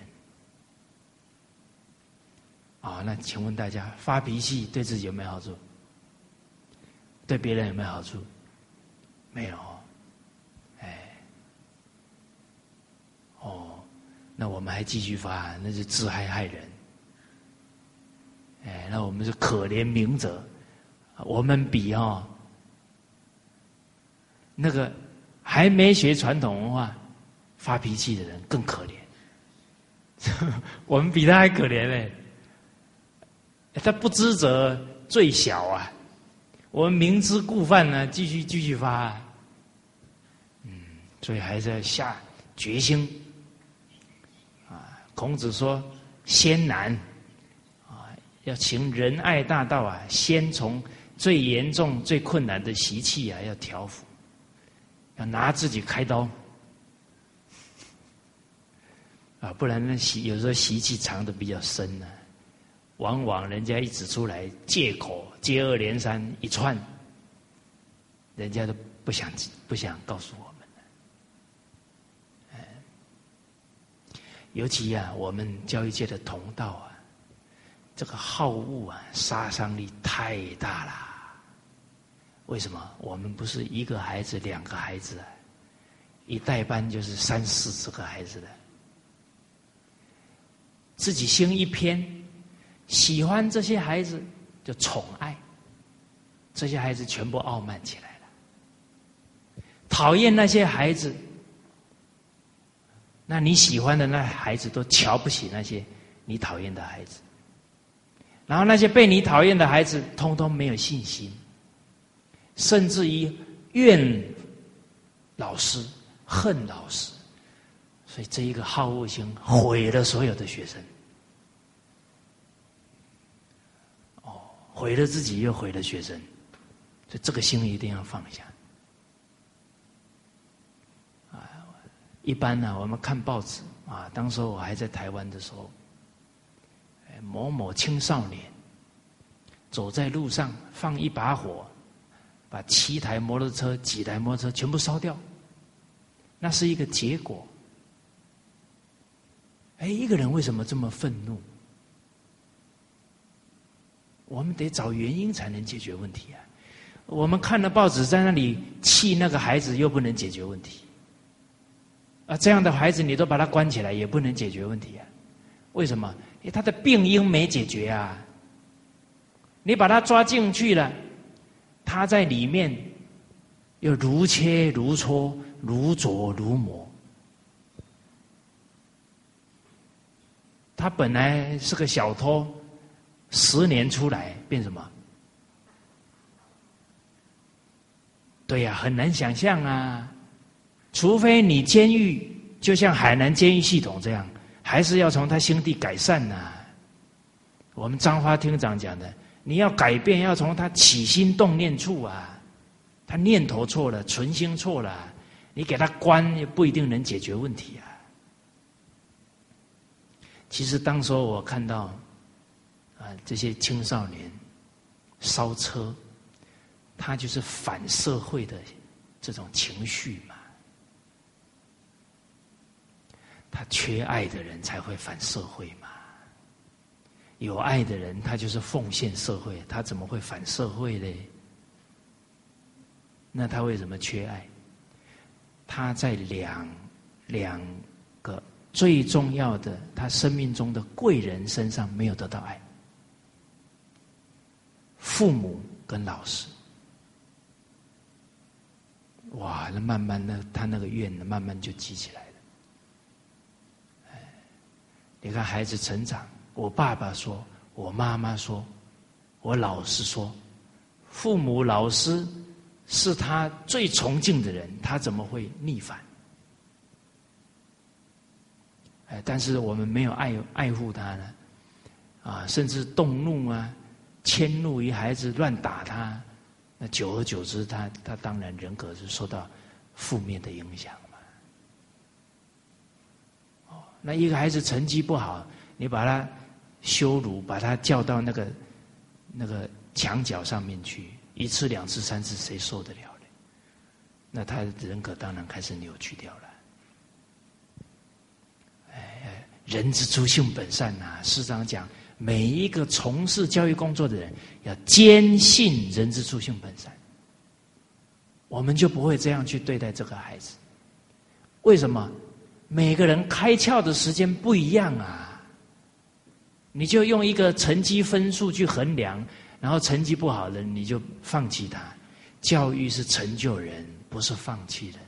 那请问大家，发脾气对自己有没有好处？对别人有没有好处？没有。那我们还继续发，那是自害害人。那我们是可怜明哲。我们比那个还没学传统文化发脾气的人更可怜。我们比他还可怜嘞。他不知者最小啊，我们明知故犯呢，继续发啊。所以还是要下决心。孔子说先难要行仁爱大道啊，先从最严重、最困难的习气啊，要调伏，要拿自己开刀不然有时候习气藏得比较深呢，往往人家一指出来，借口接二连三一串，人家都不想告诉我们了。尤其我们教育界的同道这个好恶杀伤力太大了。为什么？我们不是一个孩子、两个孩子一代班就是3、40个孩子的。自己心一偏，喜欢这些孩子就宠爱，这些孩子全部傲慢起来了。讨厌那些孩子，那你喜欢的那孩子都瞧不起那些你讨厌的孩子。 然后那些被你讨厌的孩子，通通没有信心，甚至于怨老师、恨老师，所以这一个好恶心毁了所有的学生。毁了自己，又毁了学生，所以这个心一定要放下。一般呢，我们看报纸啊，当时我还在台湾的时候，某某青少年走在路上放一把火，把7台摩托车、几台摩托车全部烧掉，那是一个结果。一个人为什么这么愤怒？我们得找原因才能解决问题啊！我们看了报纸，在那里气那个孩子，又不能解决问题。这样的孩子你都把他关起来，也不能解决问题啊！为什么？因为他的病因没解决啊！你把他抓进去了，他在里面又如切如磋、如琢如磨。他本来是个小偷，10年出来变什么？对呀，很难想象啊！除非你监狱就像海南监狱系统这样，还是要从他心地改善啊。我们彰化厅长讲的，你要改变，要从他起心动念处啊。他念头错了，存心错了，你给他关也不一定能解决问题啊。其实当时我看到这些青少年烧车，他就是反社会的这种情绪嘛。他缺爱的人才会反社会嘛，有爱的人他就是奉献社会，他怎么会反社会呢？那他为什么缺爱？他在两个最重要的他生命中的贵人身上没有得到爱，父母跟老师。哇，那慢慢的他那个怨慢慢就积起来了。你看孩子成长，我爸爸说，我妈妈说，我老师说，父母老师是他最崇敬的人，他怎么会逆反？但是我们没有爱护他呢，甚至动怒啊，迁怒于孩子，乱打他，那久而久之，他当然人格是受到负面的影响嘛。那一个孩子成绩不好，你把他羞辱，把他叫到那个墙角上面去，1次、2次、3次，谁受得了呢？那他的人格当然开始扭曲掉了。人之初性本善啊，师长讲，每一个从事教育工作的人要坚信人之初性本善，我们就不会这样去对待这个孩子。为什么？每个人开窍的时间不一样啊，你就用一个成绩分数去衡量，然后成绩不好的你就放弃他。教育是成就人，不是放弃人。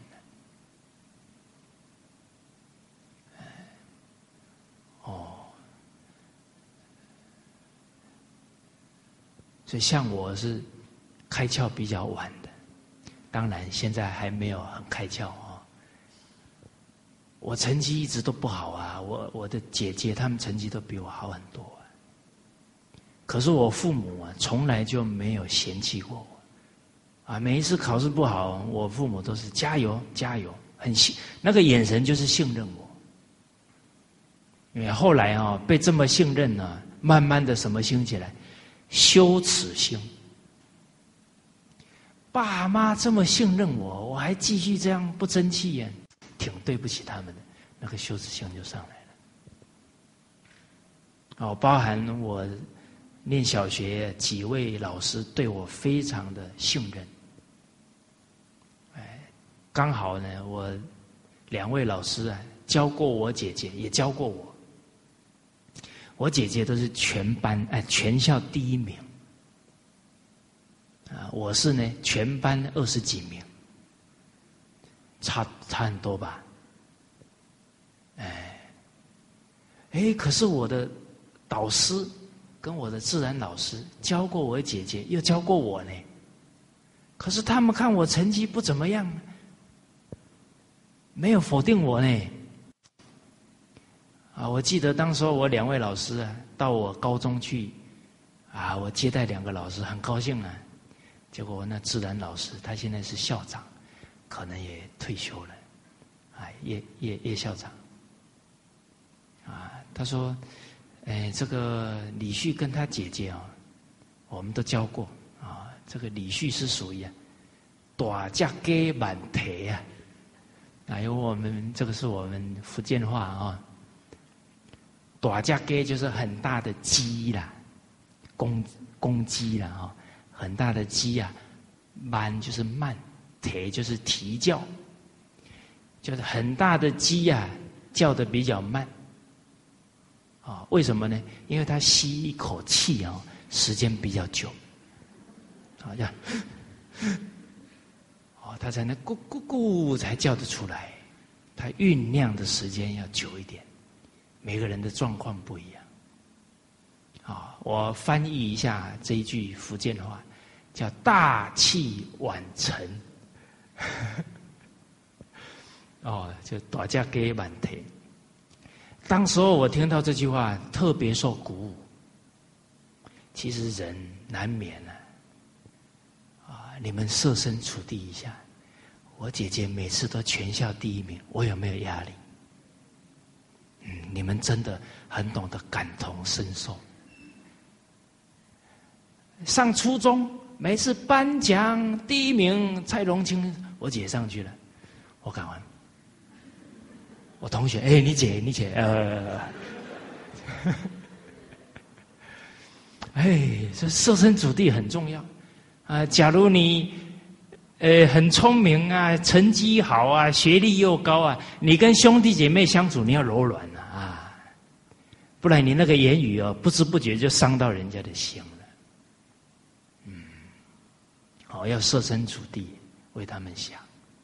所以像我是开窍比较晚的，当然现在还没有很开窍哦。我成绩一直都不好啊，我的姐姐她们成绩都比我好很多啊。可是我父母啊，从来就没有嫌弃过我啊。每一次考试不好，我父母都是加油加油，那个眼神就是信任我。因为后来被这么信任呢，慢慢的什么兴起来？羞耻心。爸妈这么信任我，我还继续这样不争气呀，挺对不起他们的，那个羞耻心就上来了。包含我念小学几位老师对我非常的信任。刚好呢，我2位老师教过我姐姐，也教过我。我姐姐都是全班全校第1名，我是呢全班20几名，差很多吧？可是我的导师跟我的自然老师教过我的姐姐，又教过我呢。可是他们看我成绩不怎么样，没有否定我呢。我记得当时候我2位老师到我高中去，我接待2个老师，很高兴啊。结果我那自然老师，他现在是校长，可能也退休了，叶校长，他说，这个李旭跟他姐姐我们都教过这个李旭是属于大只鸡满蹄因为我们这个是我们福建话大只鸡就是很大的鸡啦，公鸡啦很大的鸡满就是慢，蹄就是啼叫，就是很大的鸡叫得比较慢为什么呢？因为它吸一口气时间比较久这样它才能咕咕咕才叫得出来，它酝酿的时间要久一点，每个人的状况不一样我翻译一下这一句福建话，叫大器晚成就大只鸡满蹄。当时候我听到这句话特别受鼓舞。其实人难免你们设身处地一下，我姐姐每次都全校第1名，我有没有压力？你们真的很懂得感同身受。上初中每次颁奖第1名蔡荣清，我姐上去了，我赶快，我同学你姐这设身处地很重要假如你很聪明成绩好学历又高你跟兄弟姐妹相处你要柔软不然你那个言语不知不觉就伤到人家的心了。要设身处地为他们想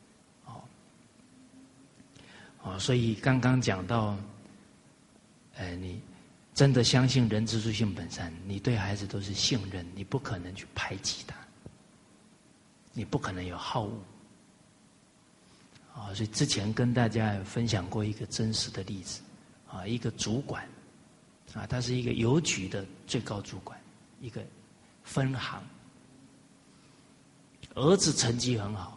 所以刚刚讲到你真的相信人之初性本善，你对孩子都是信任，你不可能去排挤他，你不可能有好恶所以之前跟大家分享过一个真实的例子一个主管他是一个邮局的最高主管，一个分行，儿子成绩很好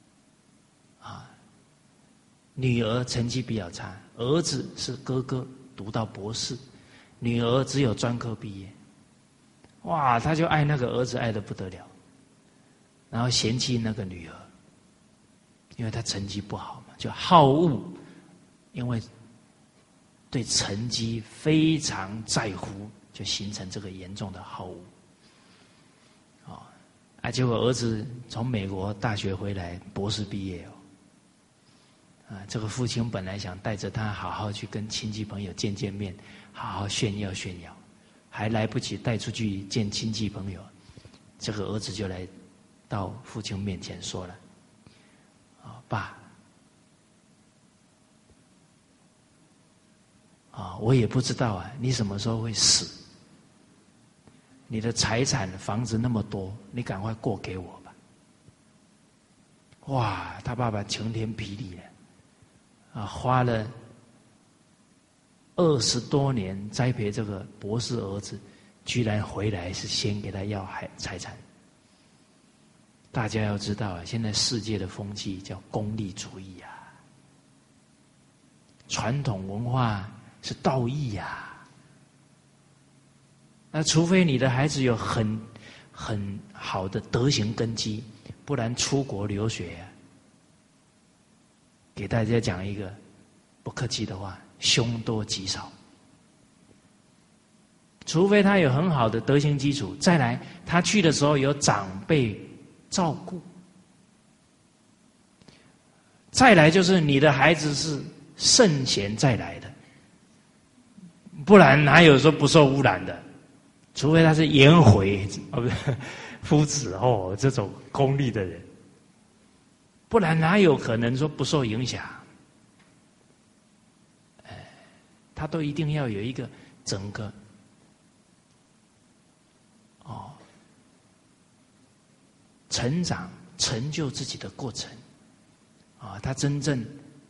女儿成绩比较差，儿子是哥哥读到博士，女儿只有专科毕业。他就爱那个儿子爱得不得了，然后嫌弃那个女儿，因为她成绩不好嘛，就好恶，因为对成绩非常在乎，就形成这个严重的好恶结果儿子从美国大学回来，博士毕业这个父亲本来想带着他好好去跟亲戚朋友见见面，好好炫耀炫耀，还来不及带出去见亲戚朋友，这个儿子就来到父亲面前说了爸我也不知道你什么时候会死，你的财产房子那么多，你赶快过给我吧。他爸爸晴天霹雳了花了20多年栽培这个博士儿子，居然回来是先给他要财产。大家要知道现在世界的风气叫功利主义传统文化是道义那除非你的孩子有很好的德行根基，不然出国留学给大家讲一个不客气的话，凶多吉少。除非他有很好的德行基础，再来他去的时候有长辈照顾，再来就是你的孩子是圣贤再来的，不然哪有说不受污染的？除非他是颜回不是夫子这种功利的人，不然哪有可能说不受影响？他都一定要有一个整个成长成就自己的过程他真正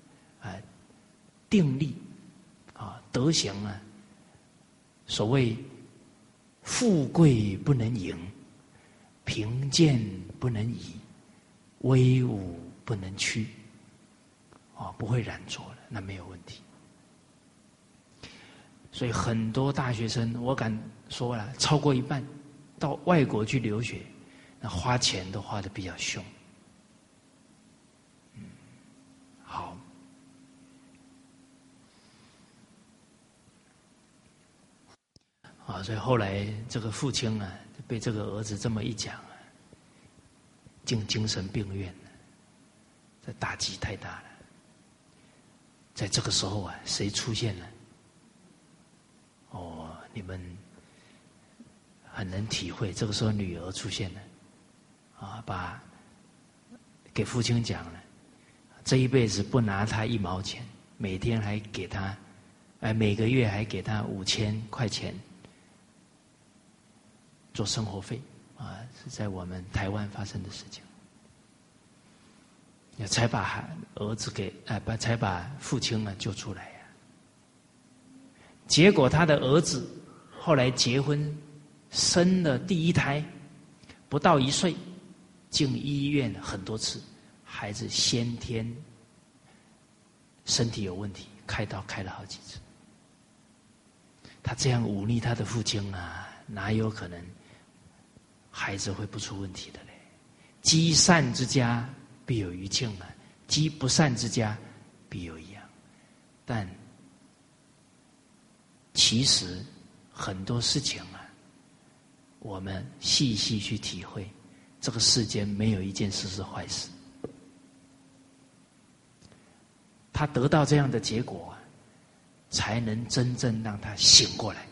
定力德行所谓富贵不能淫，贫贱不能移，威武不能屈不会染浊了，那没有问题。所以很多大学生，我敢说了，超过一半到外国去留学，那花钱都花得比较凶。好，所以后来这个父亲被这个儿子这么一讲进精神病院了，这打击太大了。在这个时候谁出现了？你们很能体会。这个时候女儿出现了给父亲讲了，这一辈子不拿他1毛钱，每天还给他每个月还给他5000块钱做生活费是在我们台湾发生的事情。才把儿子才把父亲救出来结果他的儿子后来结婚，生了第一胎，不到1岁，进医院很多次，孩子先天身体有问题，开刀开了好几次。他这样忤逆他的父亲哪有可能孩子会不出问题的嘞？积善之家必有余庆积不善之家必有一殃。但其实很多事情我们细细去体会，这个世间没有一件事是坏事。他得到这样的结果才能真正让他醒过来。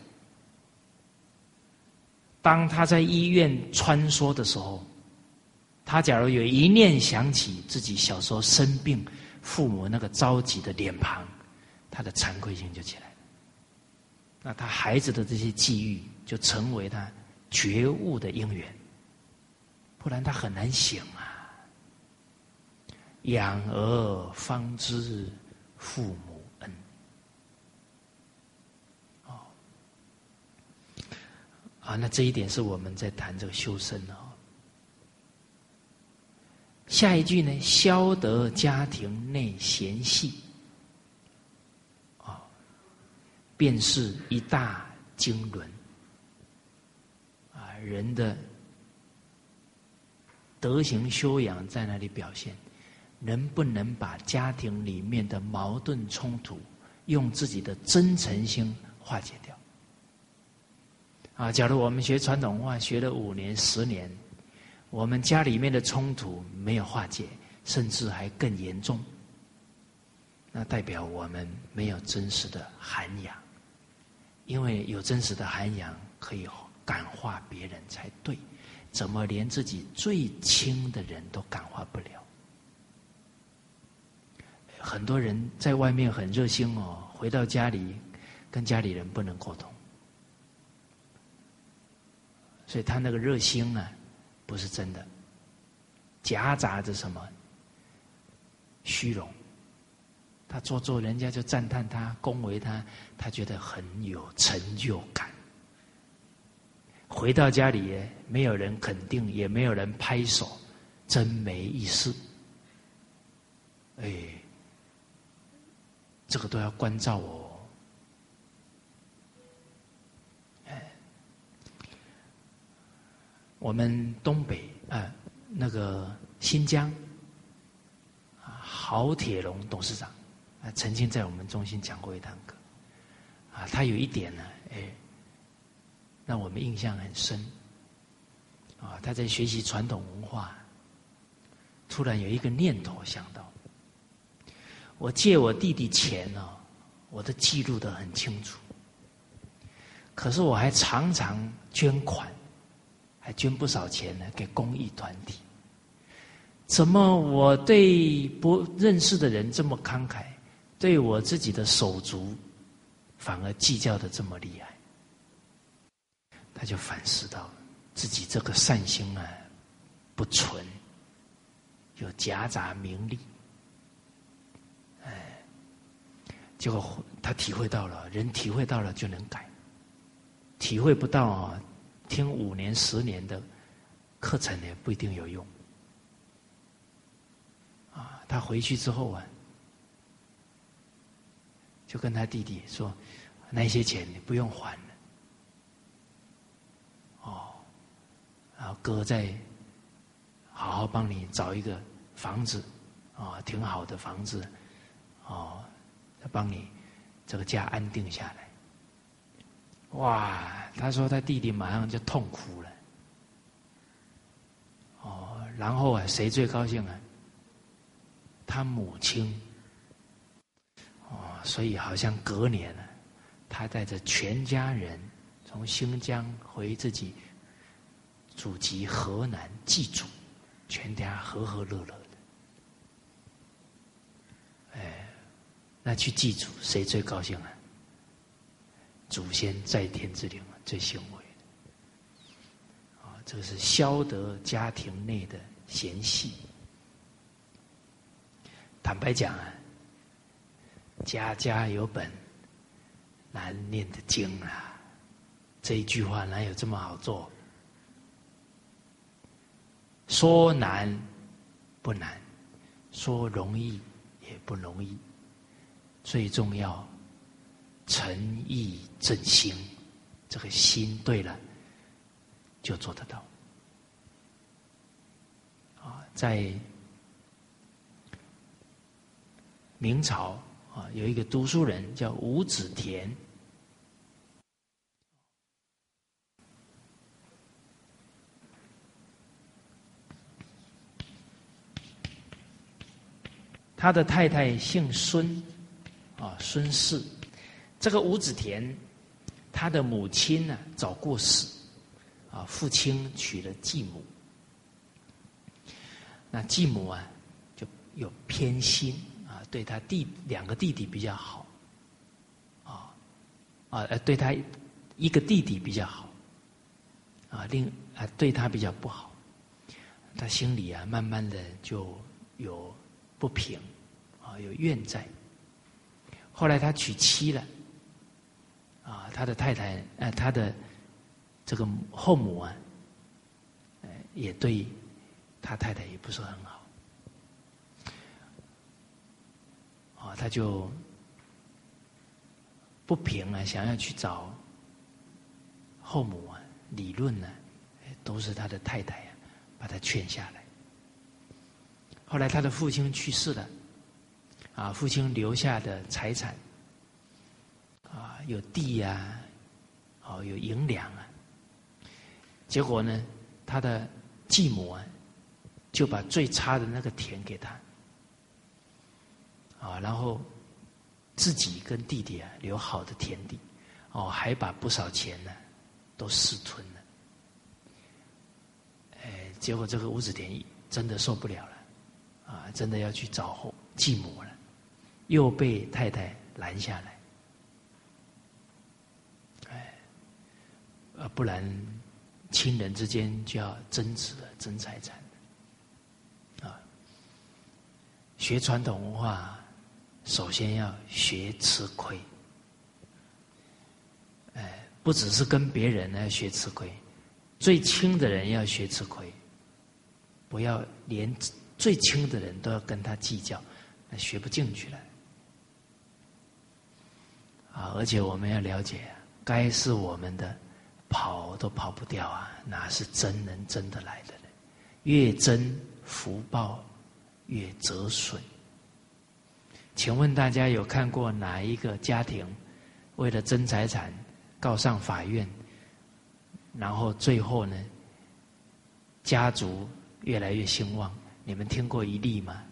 当他在医院穿梭的时候，他假如有一念想起自己小时候生病，父母那个着急的脸庞，他的惭愧心就起来了。那他孩子的这些际遇就成为他觉悟的因缘，不然他很难醒养儿方知父母恩那这一点是我们在谈这个修身下一句呢，消得家庭内嫌隙便是一大经纶人的德行修养在那里表现，能不能把家庭里面的矛盾冲突用自己的真诚心化解掉假如我们学传统文化学了5年10年，我们家里面的冲突没有化解，甚至还更严重，那代表我们没有真实的涵养。因为有真实的涵养可以感化别人才对，怎么连自己最亲的人都感化不了？很多人在外面很热心回到家里跟家里人不能沟通，所以他那个热心不是真的，夹杂着什么虚荣。他做人家就赞叹他恭维他，他觉得很有成就感。回到家里没有人肯定，也没有人拍手，真没意思。这个都要关照我们东北那个新疆郝铁龙董事长曾经在我们中心讲过一堂课他有一点呢让我们印象很深他在学习传统文化，突然有一个念头想到，我借我弟弟钱我都记录得很清楚，可是我还常常捐款，还捐不少钱呢给公益团体。怎么我对不认识的人这么慷慨，对我自己的手足反而计较得这么厉害？他就反思到， 自己这个善心啊不纯，有夹杂名利，结果他体会到了，人体会到了就能改，体会不到啊，听5年10年的课程也不一定有用。啊，他回去之后啊，就跟他弟弟说，那些钱你不用还了。哦，然后哥再好好帮你找一个房子，啊，挺好的房子，哦，再帮你这个家安定下来。哇，他说他弟弟马上就痛哭了。哦，然后啊，谁最高兴啊？他母亲。哦，所以好像隔年啊，他带着全家人从新疆回自己祖籍河南祭祖，全家和和乐乐的。那去祭祖谁最高兴啊？祖先在天之灵最欣慰的。啊，这是消得家庭内的嫌隙。坦白讲啊，家家有本难念的经啊，这一句话哪有这么好做？说难不难，说容易也不容易，最重要诚意正心，这个心对了就做得到。啊，在明朝啊，有一个读书人叫吴子田，他的太太姓孙，啊，孙氏。这个吴子田，他的母亲呢早过世，啊，父亲娶了继母。那继母啊，就有偏心啊，对他2个弟弟比较好，对他1个弟弟比较好，对他比较不好。他心里啊，慢慢的就有不平，啊，有怨在。后来他娶妻了，啊，他的太太，他的这个后母啊，也对他太太也不是很好，啊，他就不平啊，想要去找后母啊理论呢，都是他的太太啊把他劝下来。后来他的父亲去世了，啊，父亲留下的财产，啊，有地啊，哦，有银两啊。结果呢，他的继母啊，就把最差的那个田给他，啊，然后自己跟弟弟啊留好的田地，哦，还把不少钱呢都私吞了。结果这个吴子田真的受不了了，啊，真的要去找继母了，又被太太拦下来。不然亲人之间就要争执了，争财产啊。学传统文化，首先要学吃亏。不只是跟别人要学吃亏，最亲的人要学吃亏，不要连最亲的人都要跟他计较，那学不进去了。啊，而且我们要了解，该是我们的跑都跑不掉啊，哪是真能争得来的呢？越争福报越折损。请问大家有看过哪一个家庭为了争财产告上法院，然后最后呢，家族越来越兴旺？你们听过一例吗？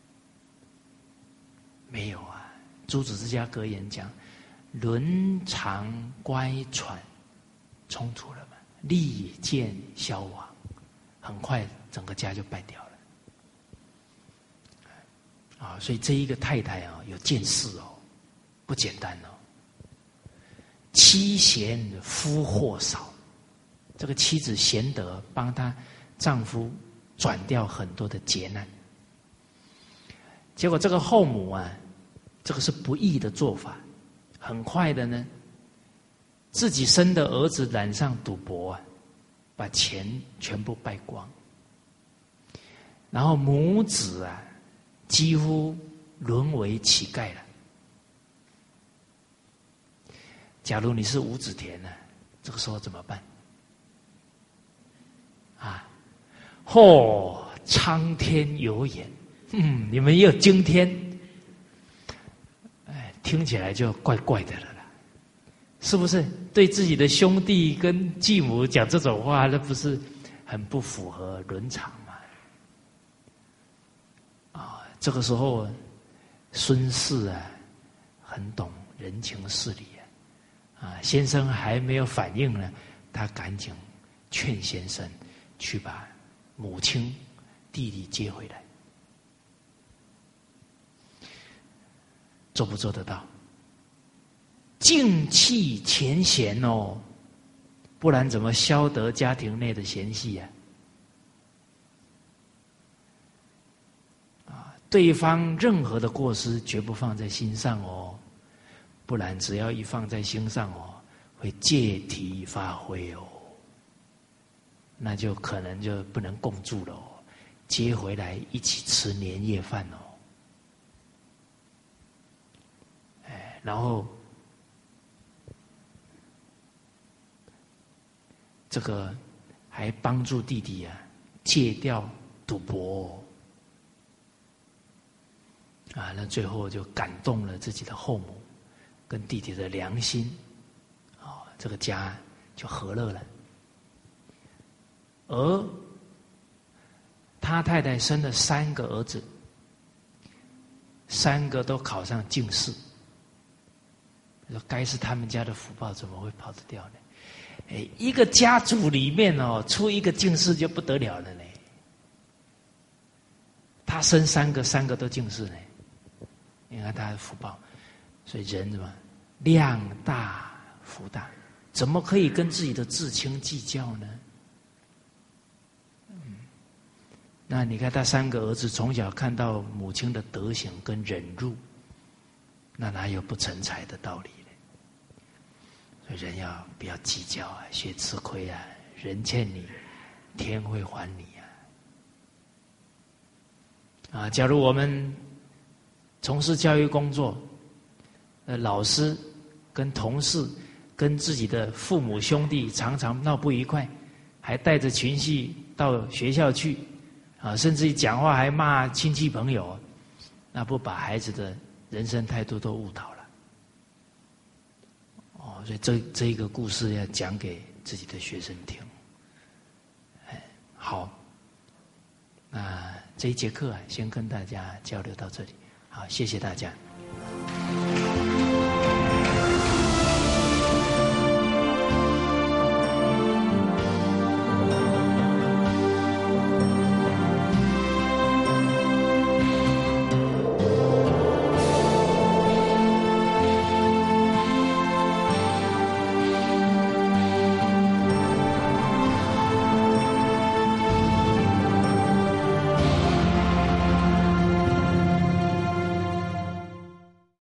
没有啊。诸子之家格言讲，伦常乖舛，冲突了嘛，利剑消亡，很快整个家就败掉了。啊，所以这一个太太啊，有见识哦，不简单哦。妻贤夫祸少， 这个妻子贤德，帮她丈夫转掉很多的劫难。结果这个后母啊，这个是不义的做法，很快的呢，自己生的儿子染上赌博啊，把钱全部败光，然后母子啊，几乎沦为乞丐了。假如你是武子田呢，这个时候怎么办？啊，苍天有眼，你们也有惊天，哎，听起来就怪怪的了啦，是不是？对自己的兄弟跟继母讲这种话，那不是很不符合伦常吗？啊，这个时候孙氏啊，很懂人情事理啊，先生还没有反应呢，他赶紧劝先生去把母亲、弟弟接回来，做不做得到？净弃前嫌哦，不然怎么消得家庭内的嫌隙啊？对方任何的过失绝不放在心上哦，不然只要一放在心上哦，会借题发挥哦，那就可能就不能共住了哦，接回来一起吃年夜饭哦，哎，然后这个还帮助弟弟啊戒掉赌博啊，那最后就感动了自己的后母跟弟弟的良心，这个家就和乐了。而他太太生了3个儿子，3个都考上进士，说该是他们家的福报，怎么会跑得掉呢？哎，一个家族里面哦，出一个进士就不得了了呢。他生3个，3个都进士呢。你看他的福报，所以人什么量大福大，怎么可以跟自己的至亲计较呢？那你看他3个儿子从小看到母亲的德行跟忍辱，那哪有不成才的道理呢？所以人要不要计较啊？学吃亏啊，人欠你，天会还你啊！假如我们从事教育工作，老师跟同事跟自己的父母兄弟常常闹不愉快，还带着情绪到学校去啊，甚至于讲话还骂亲戚朋友，那不把孩子的人生态度都误导了哦。所以这一个故事要讲给自己的学生听。好，那这一节课先跟大家交流到这里，好，谢谢大家。